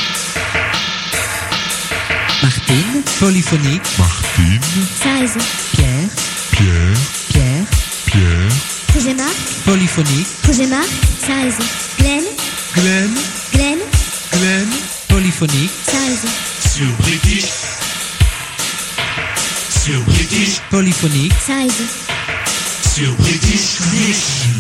Martine, Polyphonique. Martine. Size. Pierre. Pierre. Pierre. Pierre. Kojima. Polyphonique. Kojima. Size. Glenn. Glenn. Glenn. Glenn. Polyphonique. Size. Sur British. Sur British. Polyphonique. Size. Sur British Connection.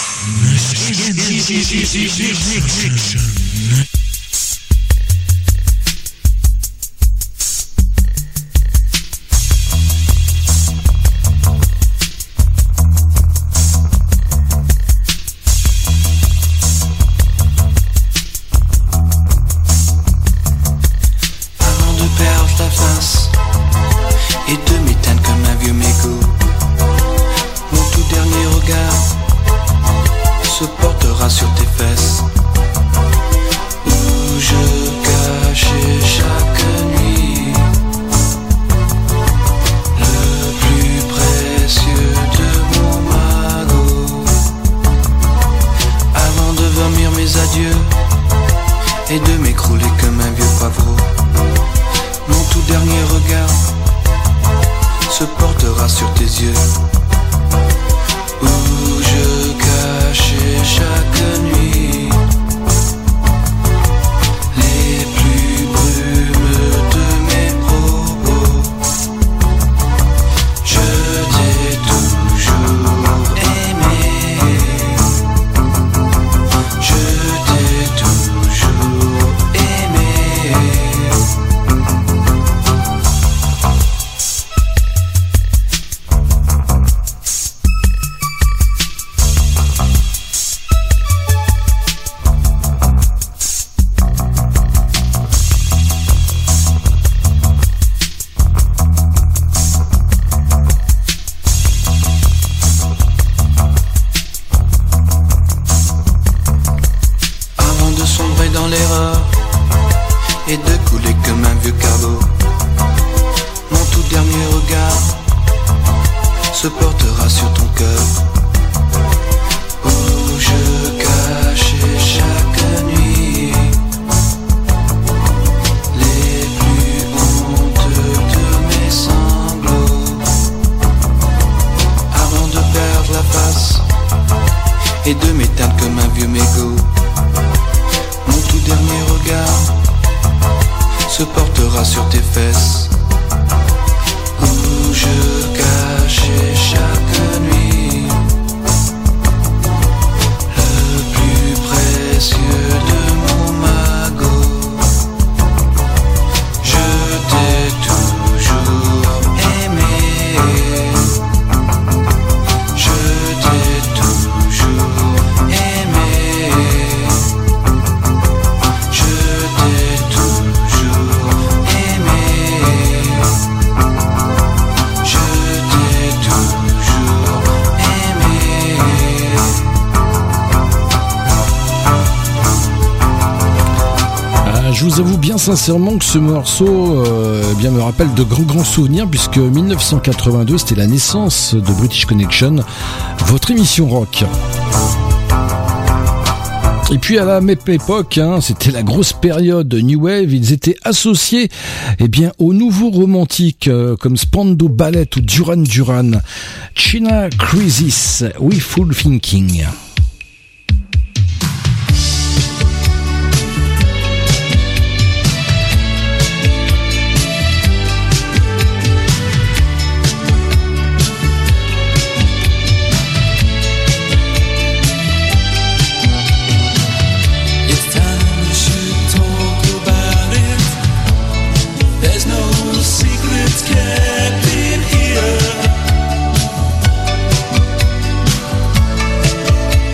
Et de m'éteindre comme un vieux mégot. Mon tout dernier regard se portera sur tes fesses, où je cachais chaque nuit le plus précieux de mon magot. Avant de vomir mes adieux et de m'écrouler comme un vieux poivreau, mon tout dernier regard se portera sur tes yeux, où je cachais chaque nuit les plus brumes de mes propos. Je t'ai toujours aimé, je t'ai toujours aimé. Et de couler comme un vieux cargo, mon tout dernier regard se portera sur ton cœur, où je cachais chaque nuit les plus honteux de mes sanglots. Avant de perdre la face et de m'éteindre comme un vieux mégot, mon tout dernier regard se portera sur tes fesses, où je cachais chaque nuit le plus précieux de mon magot. Je t'ai toujours aimé, je t'ai toujours aimé, je t'ai toujours aimé, je t'ai toujours aimé. Ah, je vous avoue bien sincèrement que ce morceau euh, eh bien, me rappelle de grands grands souvenirs, puisque mille neuf cent quatre-vingt-deux c'était la naissance de British Connection, votre émission rock. Et puis à la même époque, hein, c'était la grosse période New Wave, ils étaient associés eh bien, aux nouveaux romantiques euh, comme Spandau Ballet ou Duran Duran. China Crisis, Wishful Thinking. It's time we should talk about it. There's no secrets kept in here.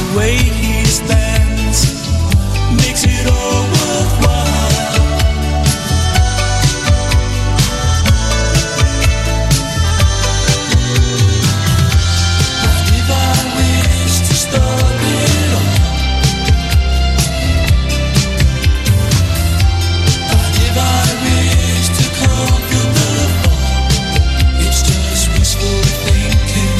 the way he stands makes it all worthwhile. And if I wish to stop it all, and if I wish to conquer the fall, it's just wishful thinking.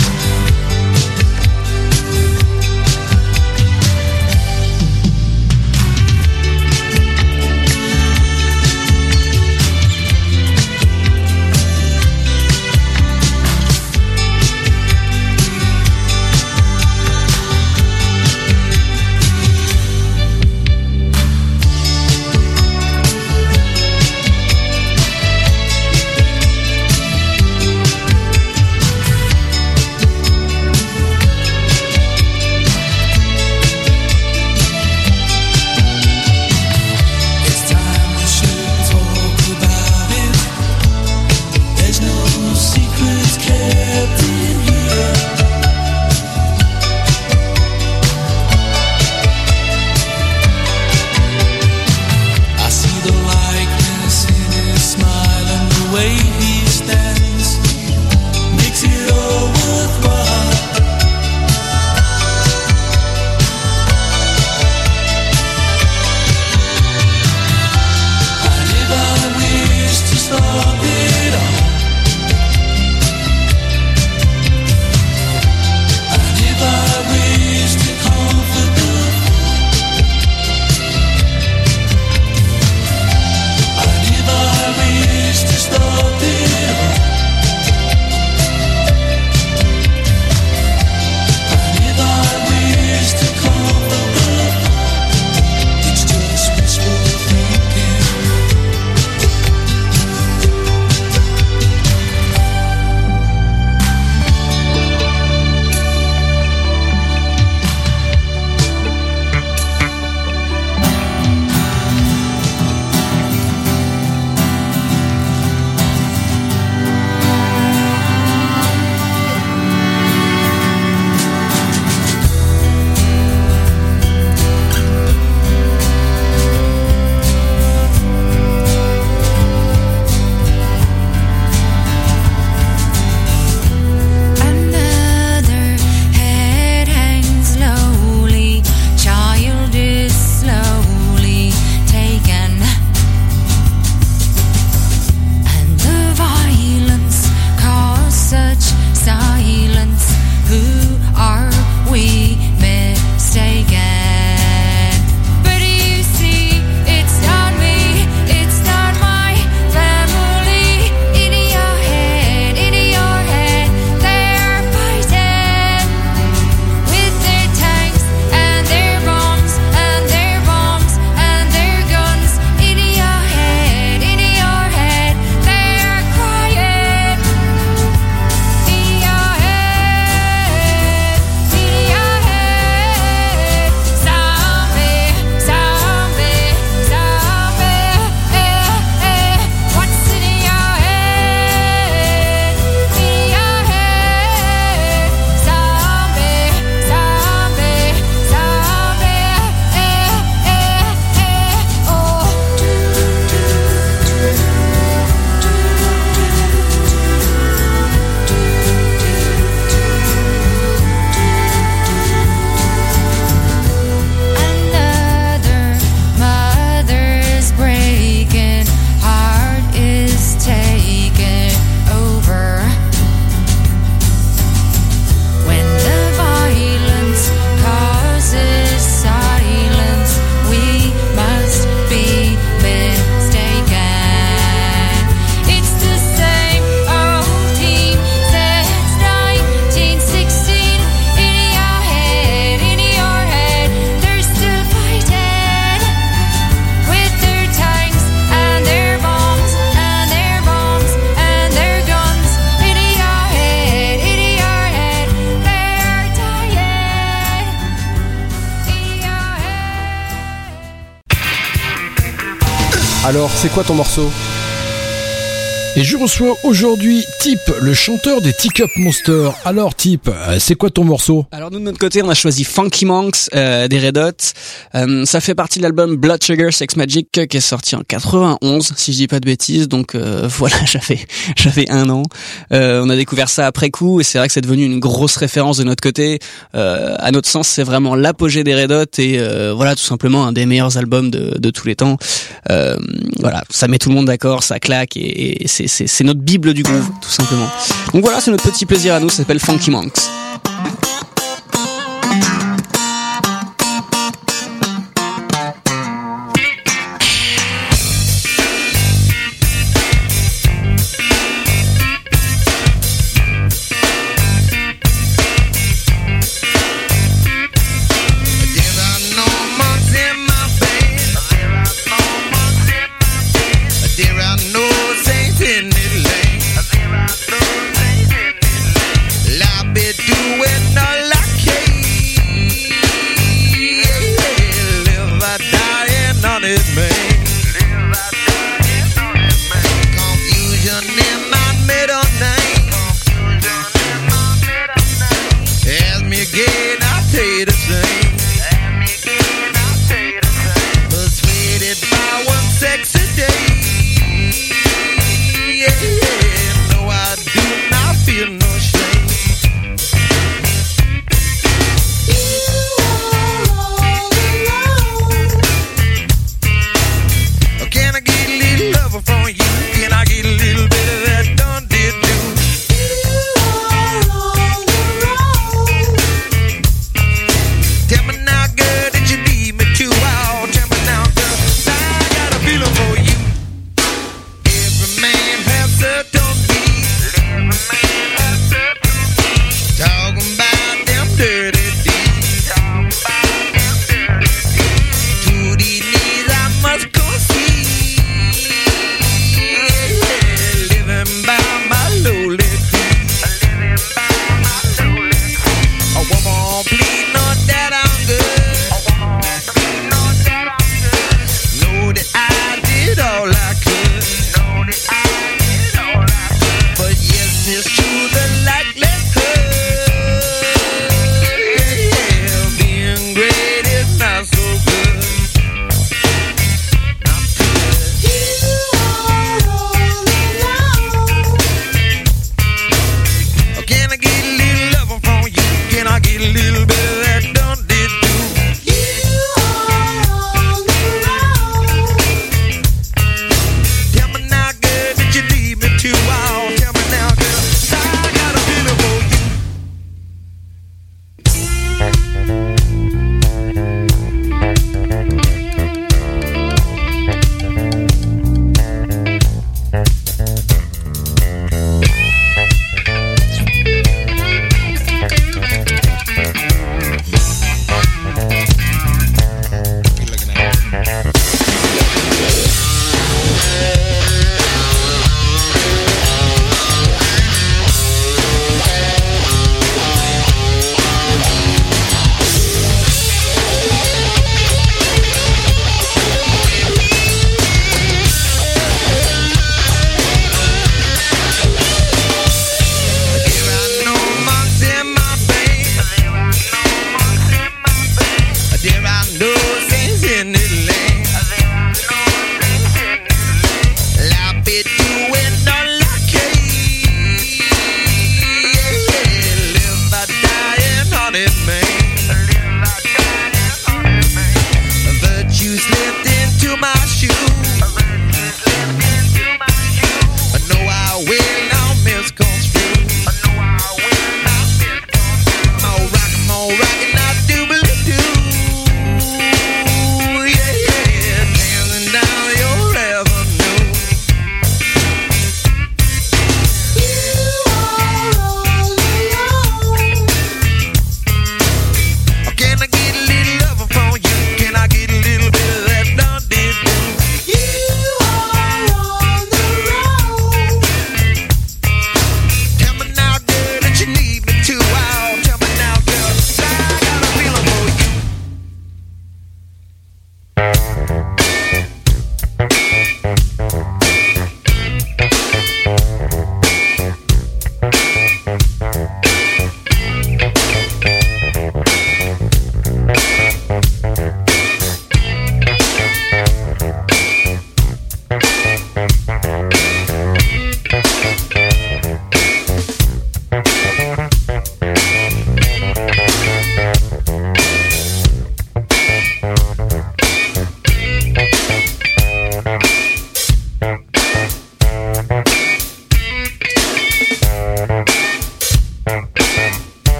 Alors, c'est quoi ton morceau ? Et je reçois aujourd'hui Tip, le chanteur des Teacup Monsters. Alors Tip, euh, c'est quoi ton morceau? Alors nous de notre côté, on a choisi Funky Monks euh, des Red Hot. Euh, ça fait partie de l'album Blood Sugar Sex Magic qui est sorti en quatre-vingt-onze, si je dis pas de bêtises. Donc euh, voilà, j'avais j'avais un an. Euh, on a découvert ça après coup et c'est vrai que c'est devenu une grosse référence de notre côté. Euh, à notre sens, c'est vraiment l'apogée des Red Hot et euh, voilà, tout simplement un des meilleurs albums de, de tous les temps. Euh, voilà, ça met tout le monde d'accord, ça claque et, et c'est C'est, c'est notre bible du groove, tout simplement. Donc voilà, c'est notre petit plaisir à nous, ça s'appelle Funky Monks. Do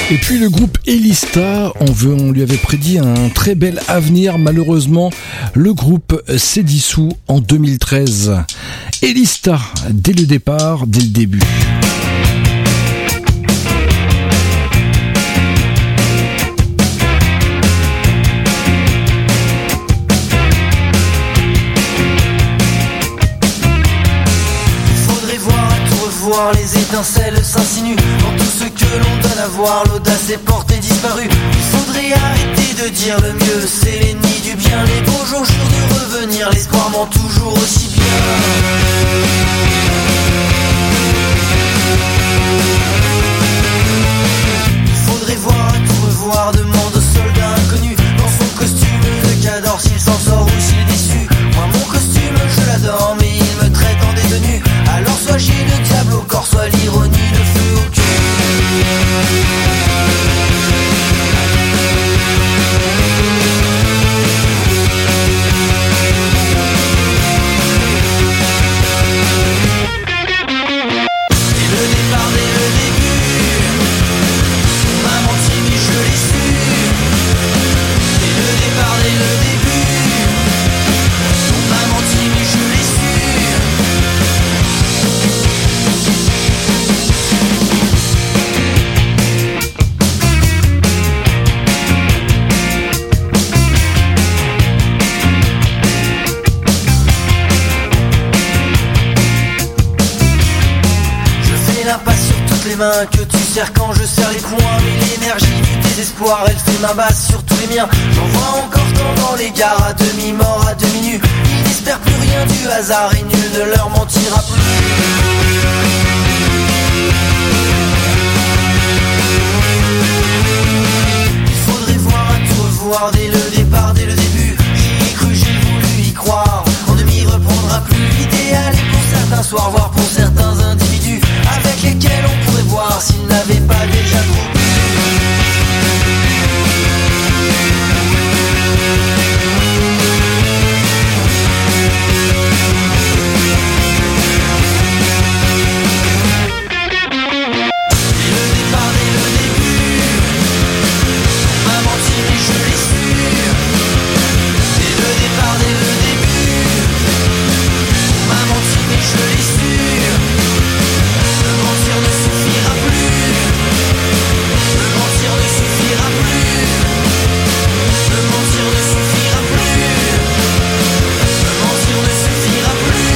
Et puis le groupe Elista, on, veut, on lui avait prédit un très bel avenir. Malheureusement, le groupe s'est dissous en deux mille treize. Elista, dès le départ, dès le début. Les étincelles s'insinuent dans tout ce que l'on donne à voir. L'audace est portée disparue. Il faudrait arrêter de dire le mieux, c'est l'ennemi du bien. Les beaux jours jurent de revenir, l'espoir ment toujours aussi bien. Il faudrait voir à tout revoir, demande au soldat inconnu dans son costume de cador s'il s'en sort ou s'il est déçu. Moi mon costume je l'adore, mais il me traite en détenu. Alors soit j'ai le diable au corps, soit l'ironie, le feu au cœur. Dès le départ, dès le début, on m'a menti mais je l'ai su. Dès le départ, dès le début, on m'a menti mais je l'ai su. Que tu serres quand je serre les poings. Mais l'énergie du désespoir, elle fait ma base sur tous les miens. J'en vois encore tant dans les gares, à demi-mort, à demi-nu. Ils n'espèrent plus rien du hasard et nul ne leur mentira plus. Il faudrait voir à tout revoir dès le départ, dès le début. J'y ai cru, j'ai voulu y croire. On ne m'y reprendra plus. L'idéal est pour certains soirs, voire pour certains individus avec lesquels on pourrait voir s'ils n'avaient pas déjà trop bu. Dès le départ, dès le début, on m'a menti mais je l'ai su. Dès le départ, dès le début, on m'a menti mais je l'ai su. Me mentir ne suffira plus. Me mentir ne suffira plus. Me mentir ne suffira plus. Me mentir ne suffira plus.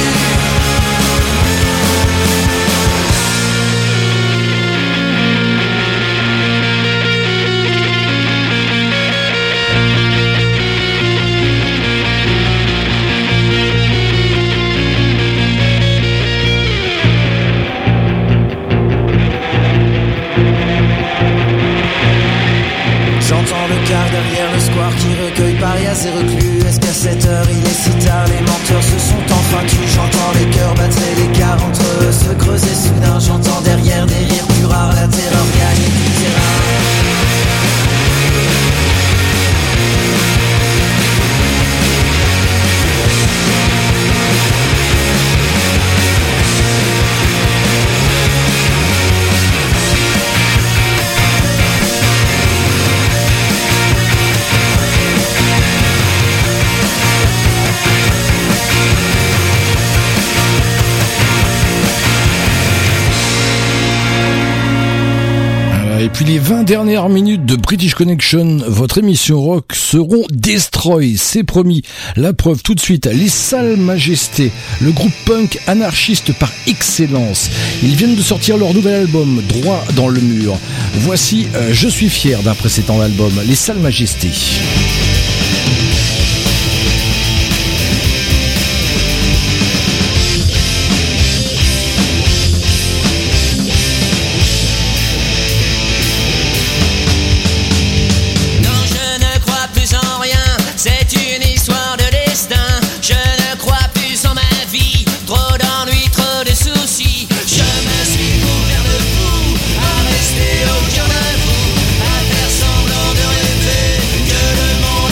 J'entends le car derrière le square qui recueille parias et reclus. Est-ce qu'à cette heure il est si tard? Les menteurs se sont enfin tus. J'entends les cœurs battre et l'écart entre eux se creuser soudain. J'entends derrière des rires plus rares, la terreur gagne du terrain. Et puis les vingt dernières minutes de British Connection, votre émission rock, seront destroy, c'est promis. La preuve tout de suite, les Salles Majestés, le groupe punk anarchiste par excellence. Ils viennent de sortir leur nouvel album, Droit dans le mur. Voici euh, Je suis fier d'un précédent album, les Salles Majestés. Aucun de vous à faire semblant de rêver que le monde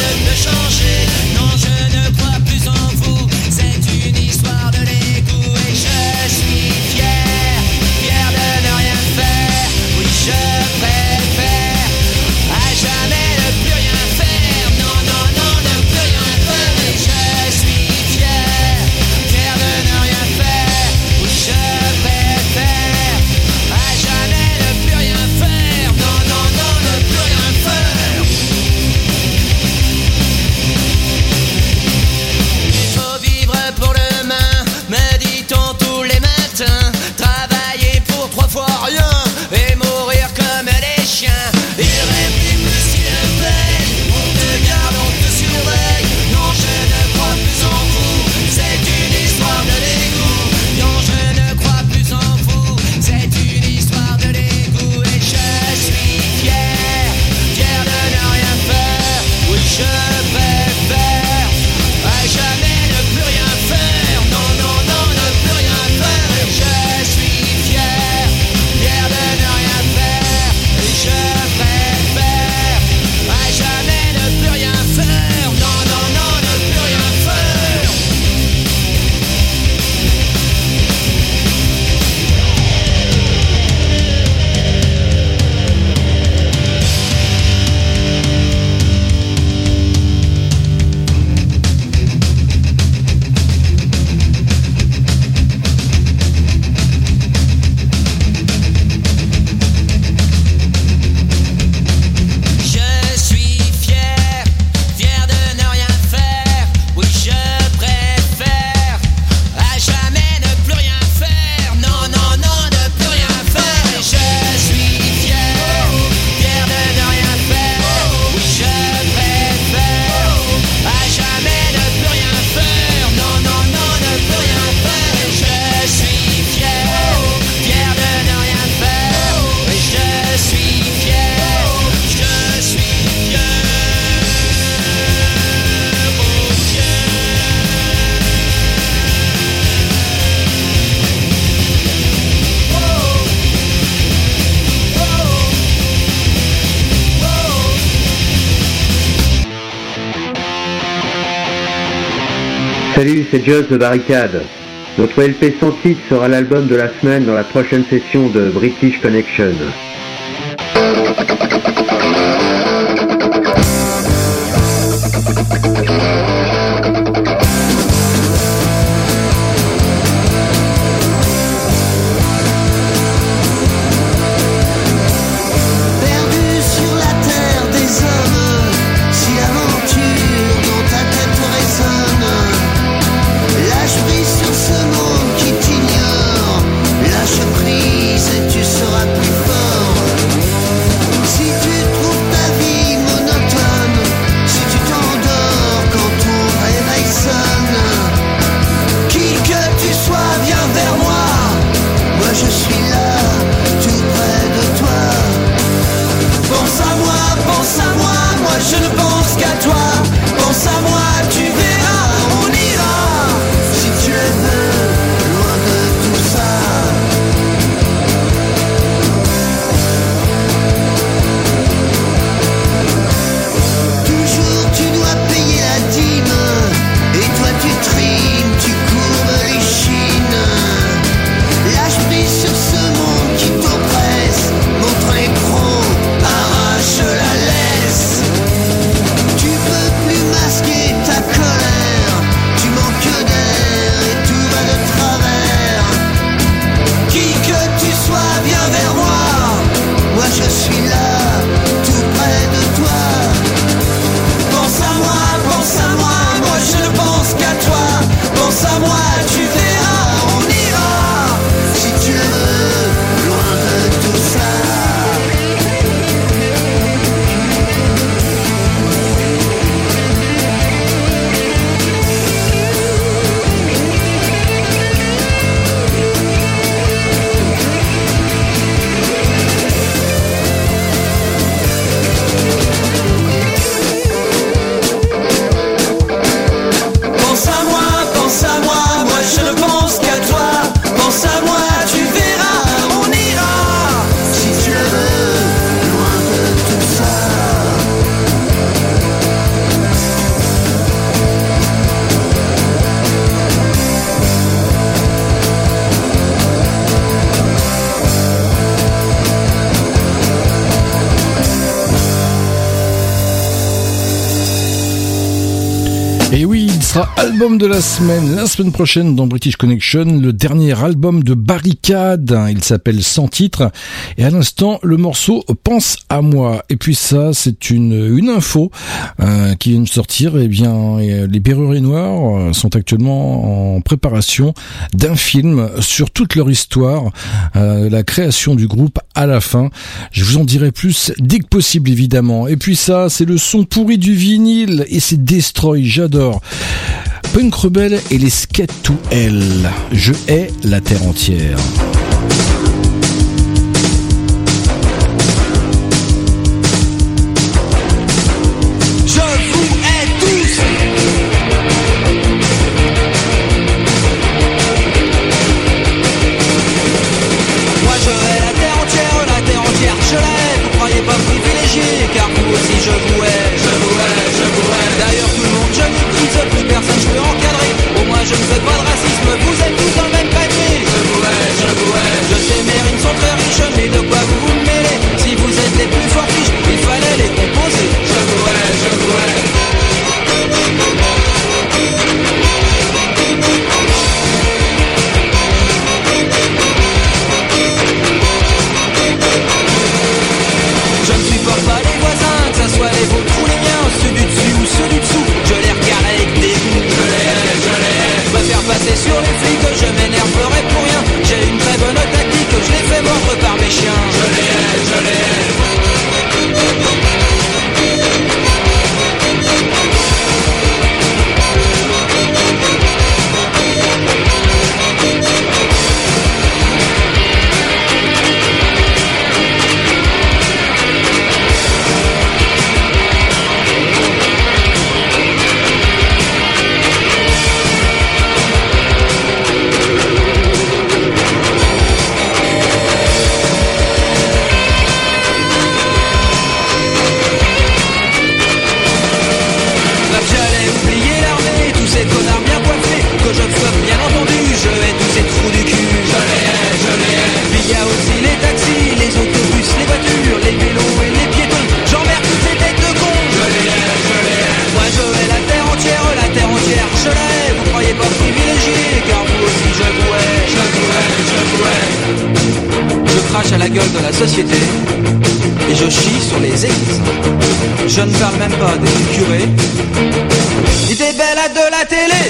Salut, c'est Joss de Barricade. Notre L P sans titre sera l'album de la semaine dans la prochaine session de British Connection. Album de la semaine, la semaine prochaine dans British Connection, le dernier album de Barricade, il s'appelle Sans titre, et à l'instant le morceau Pense à moi. Et puis ça, c'est une une info euh, qui vient de sortir. Eh bien, les Berruriers Noirs sont actuellement en préparation d'un film sur toute leur histoire, euh, la création du groupe à la fin. Je vous en dirai plus dès que possible, évidemment. Et puis ça, c'est le son pourri du vinyle, et c'est Destroy, j'adore. Punk Rebel et les Skate to Hell. Je hais la terre entière. Je vous hais tous. Moi je hais la terre entière, la terre entière je la hais. Vous croyez pas privilégié, car vous aussi je vous hais. Je vous hais, je vous hais. D'ailleurs tout le monde je méprise, plus personne je peux encadrer. Au moins je ne fais pas de racisme, vous êtes tous dans le même panier. Je vous hais, je vous la gueule de la société et je chie sur les églises. Je ne parle même pas des curés ni des belles de la télé.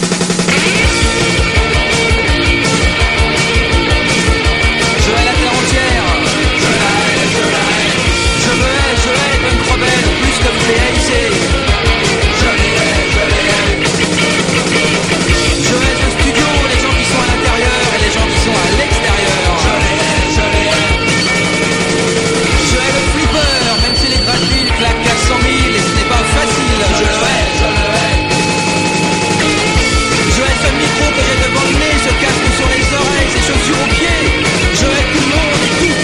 Je hais la terre entière, je la hais, je la hais. Je me hais, je hais Ben Crobel plus que vous les haïssez. Je les hais, je les hais. Je hais le studio, les gens qui sont à l'intérieur et les gens qui sont à l'extérieur. Je les hais, je les hais. Je hais le flipper, même si les gratuits claquent quatre cent mille et ce n'est pas facile. Je le hais, je le hais. Je hais ce micro que j'ai devant le nez, ce casque sur les oreilles, ces chaussures aux pieds. Je hais tout le monde et tout.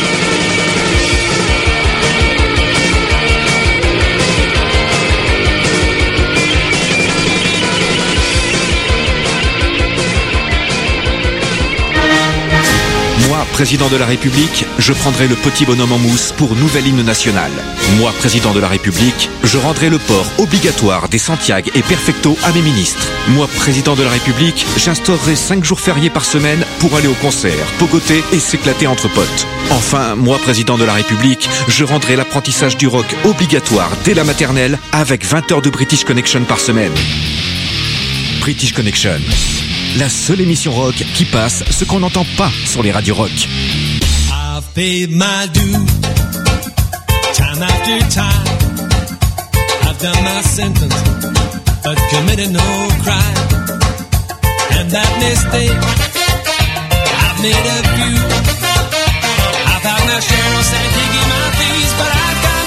Moi, président de la République, je prendrai le petit bonhomme en mousse pour nouvel hymne national. Moi, président de la République, je rendrai le port obligatoire des Santiago et Perfecto à mes ministres. Moi, président de la République, j'instaurerai cinq jours fériés par semaine pour aller au concert, pogoter et s'éclater entre potes. Enfin, moi, président de la République, je rendrai l'apprentissage du rock obligatoire dès la maternelle avec vingt heures de British Connection par semaine. British Connection, la seule émission rock qui passe ce qu'on n'entend pas sur les radios rock. I've paid my due, time after time. I've done my sentence, but committed no crime. And that mistake, I've made a few. I've had my share of sand kicking my face, but I've gone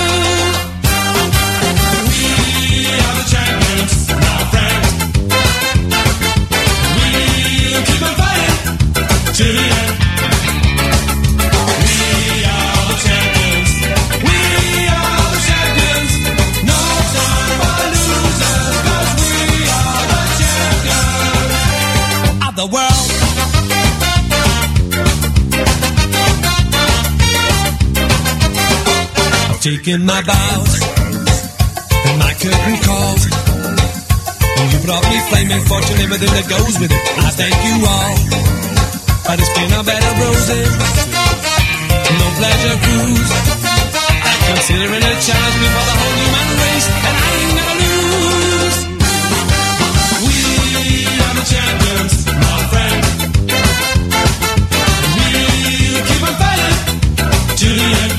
through. We are the champions, my friends. Keep on fighting to the end. We are the champions. We are the champions. No time for losers, 'cause we are the champions of the world. I've taken my vows and my curtain calls. You brought me flaming fortune, everything that goes with it. I thank you all, but it's been a bed of roses, no pleasure cruise. I'm considering a challenge before the whole human race, and I ain't gonna lose. We are the champions, my friend. We'll keep on fighting to the end.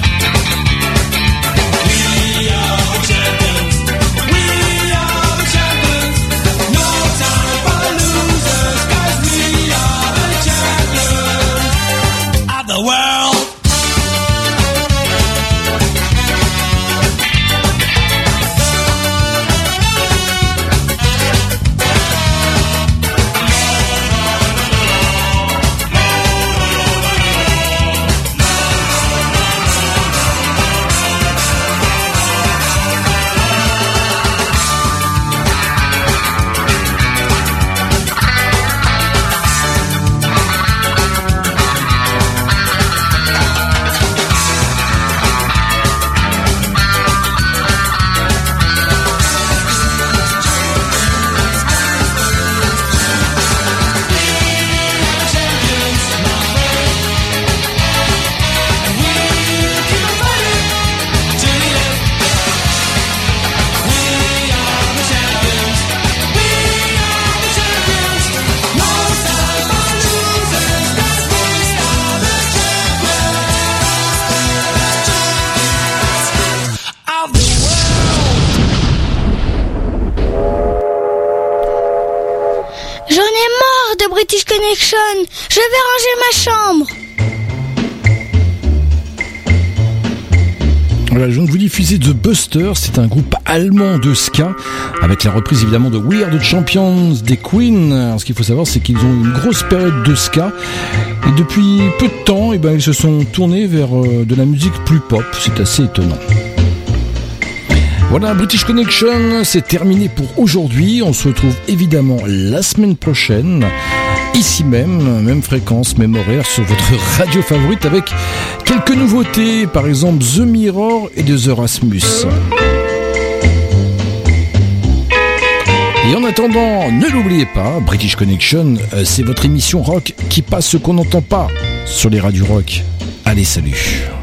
We are the champions. We are the champions. No time for losers, 'cause we are the champions of the world. British Connection, je vais ranger ma chambre. Voilà, je viens de vous diffuser The Buster, c'est un groupe allemand de ska, avec la reprise évidemment de We Are the Champions des Queen. Alors, ce qu'il faut savoir, c'est qu'ils ont une grosse période de ska, et depuis peu de temps, eh ben, ils se sont tournés vers euh, de la musique plus pop, c'est assez étonnant. Voilà, British Connection, c'est terminé pour aujourd'hui. On se retrouve évidemment la semaine prochaine, ici même, même fréquence, même horaire, sur votre radio favorite, avec quelques nouveautés, par exemple The Mirror et The Rasmus. Et en attendant, ne l'oubliez pas, British Connection, c'est votre émission rock qui passe ce qu'on n'entend pas sur les radios rock. Allez, salut.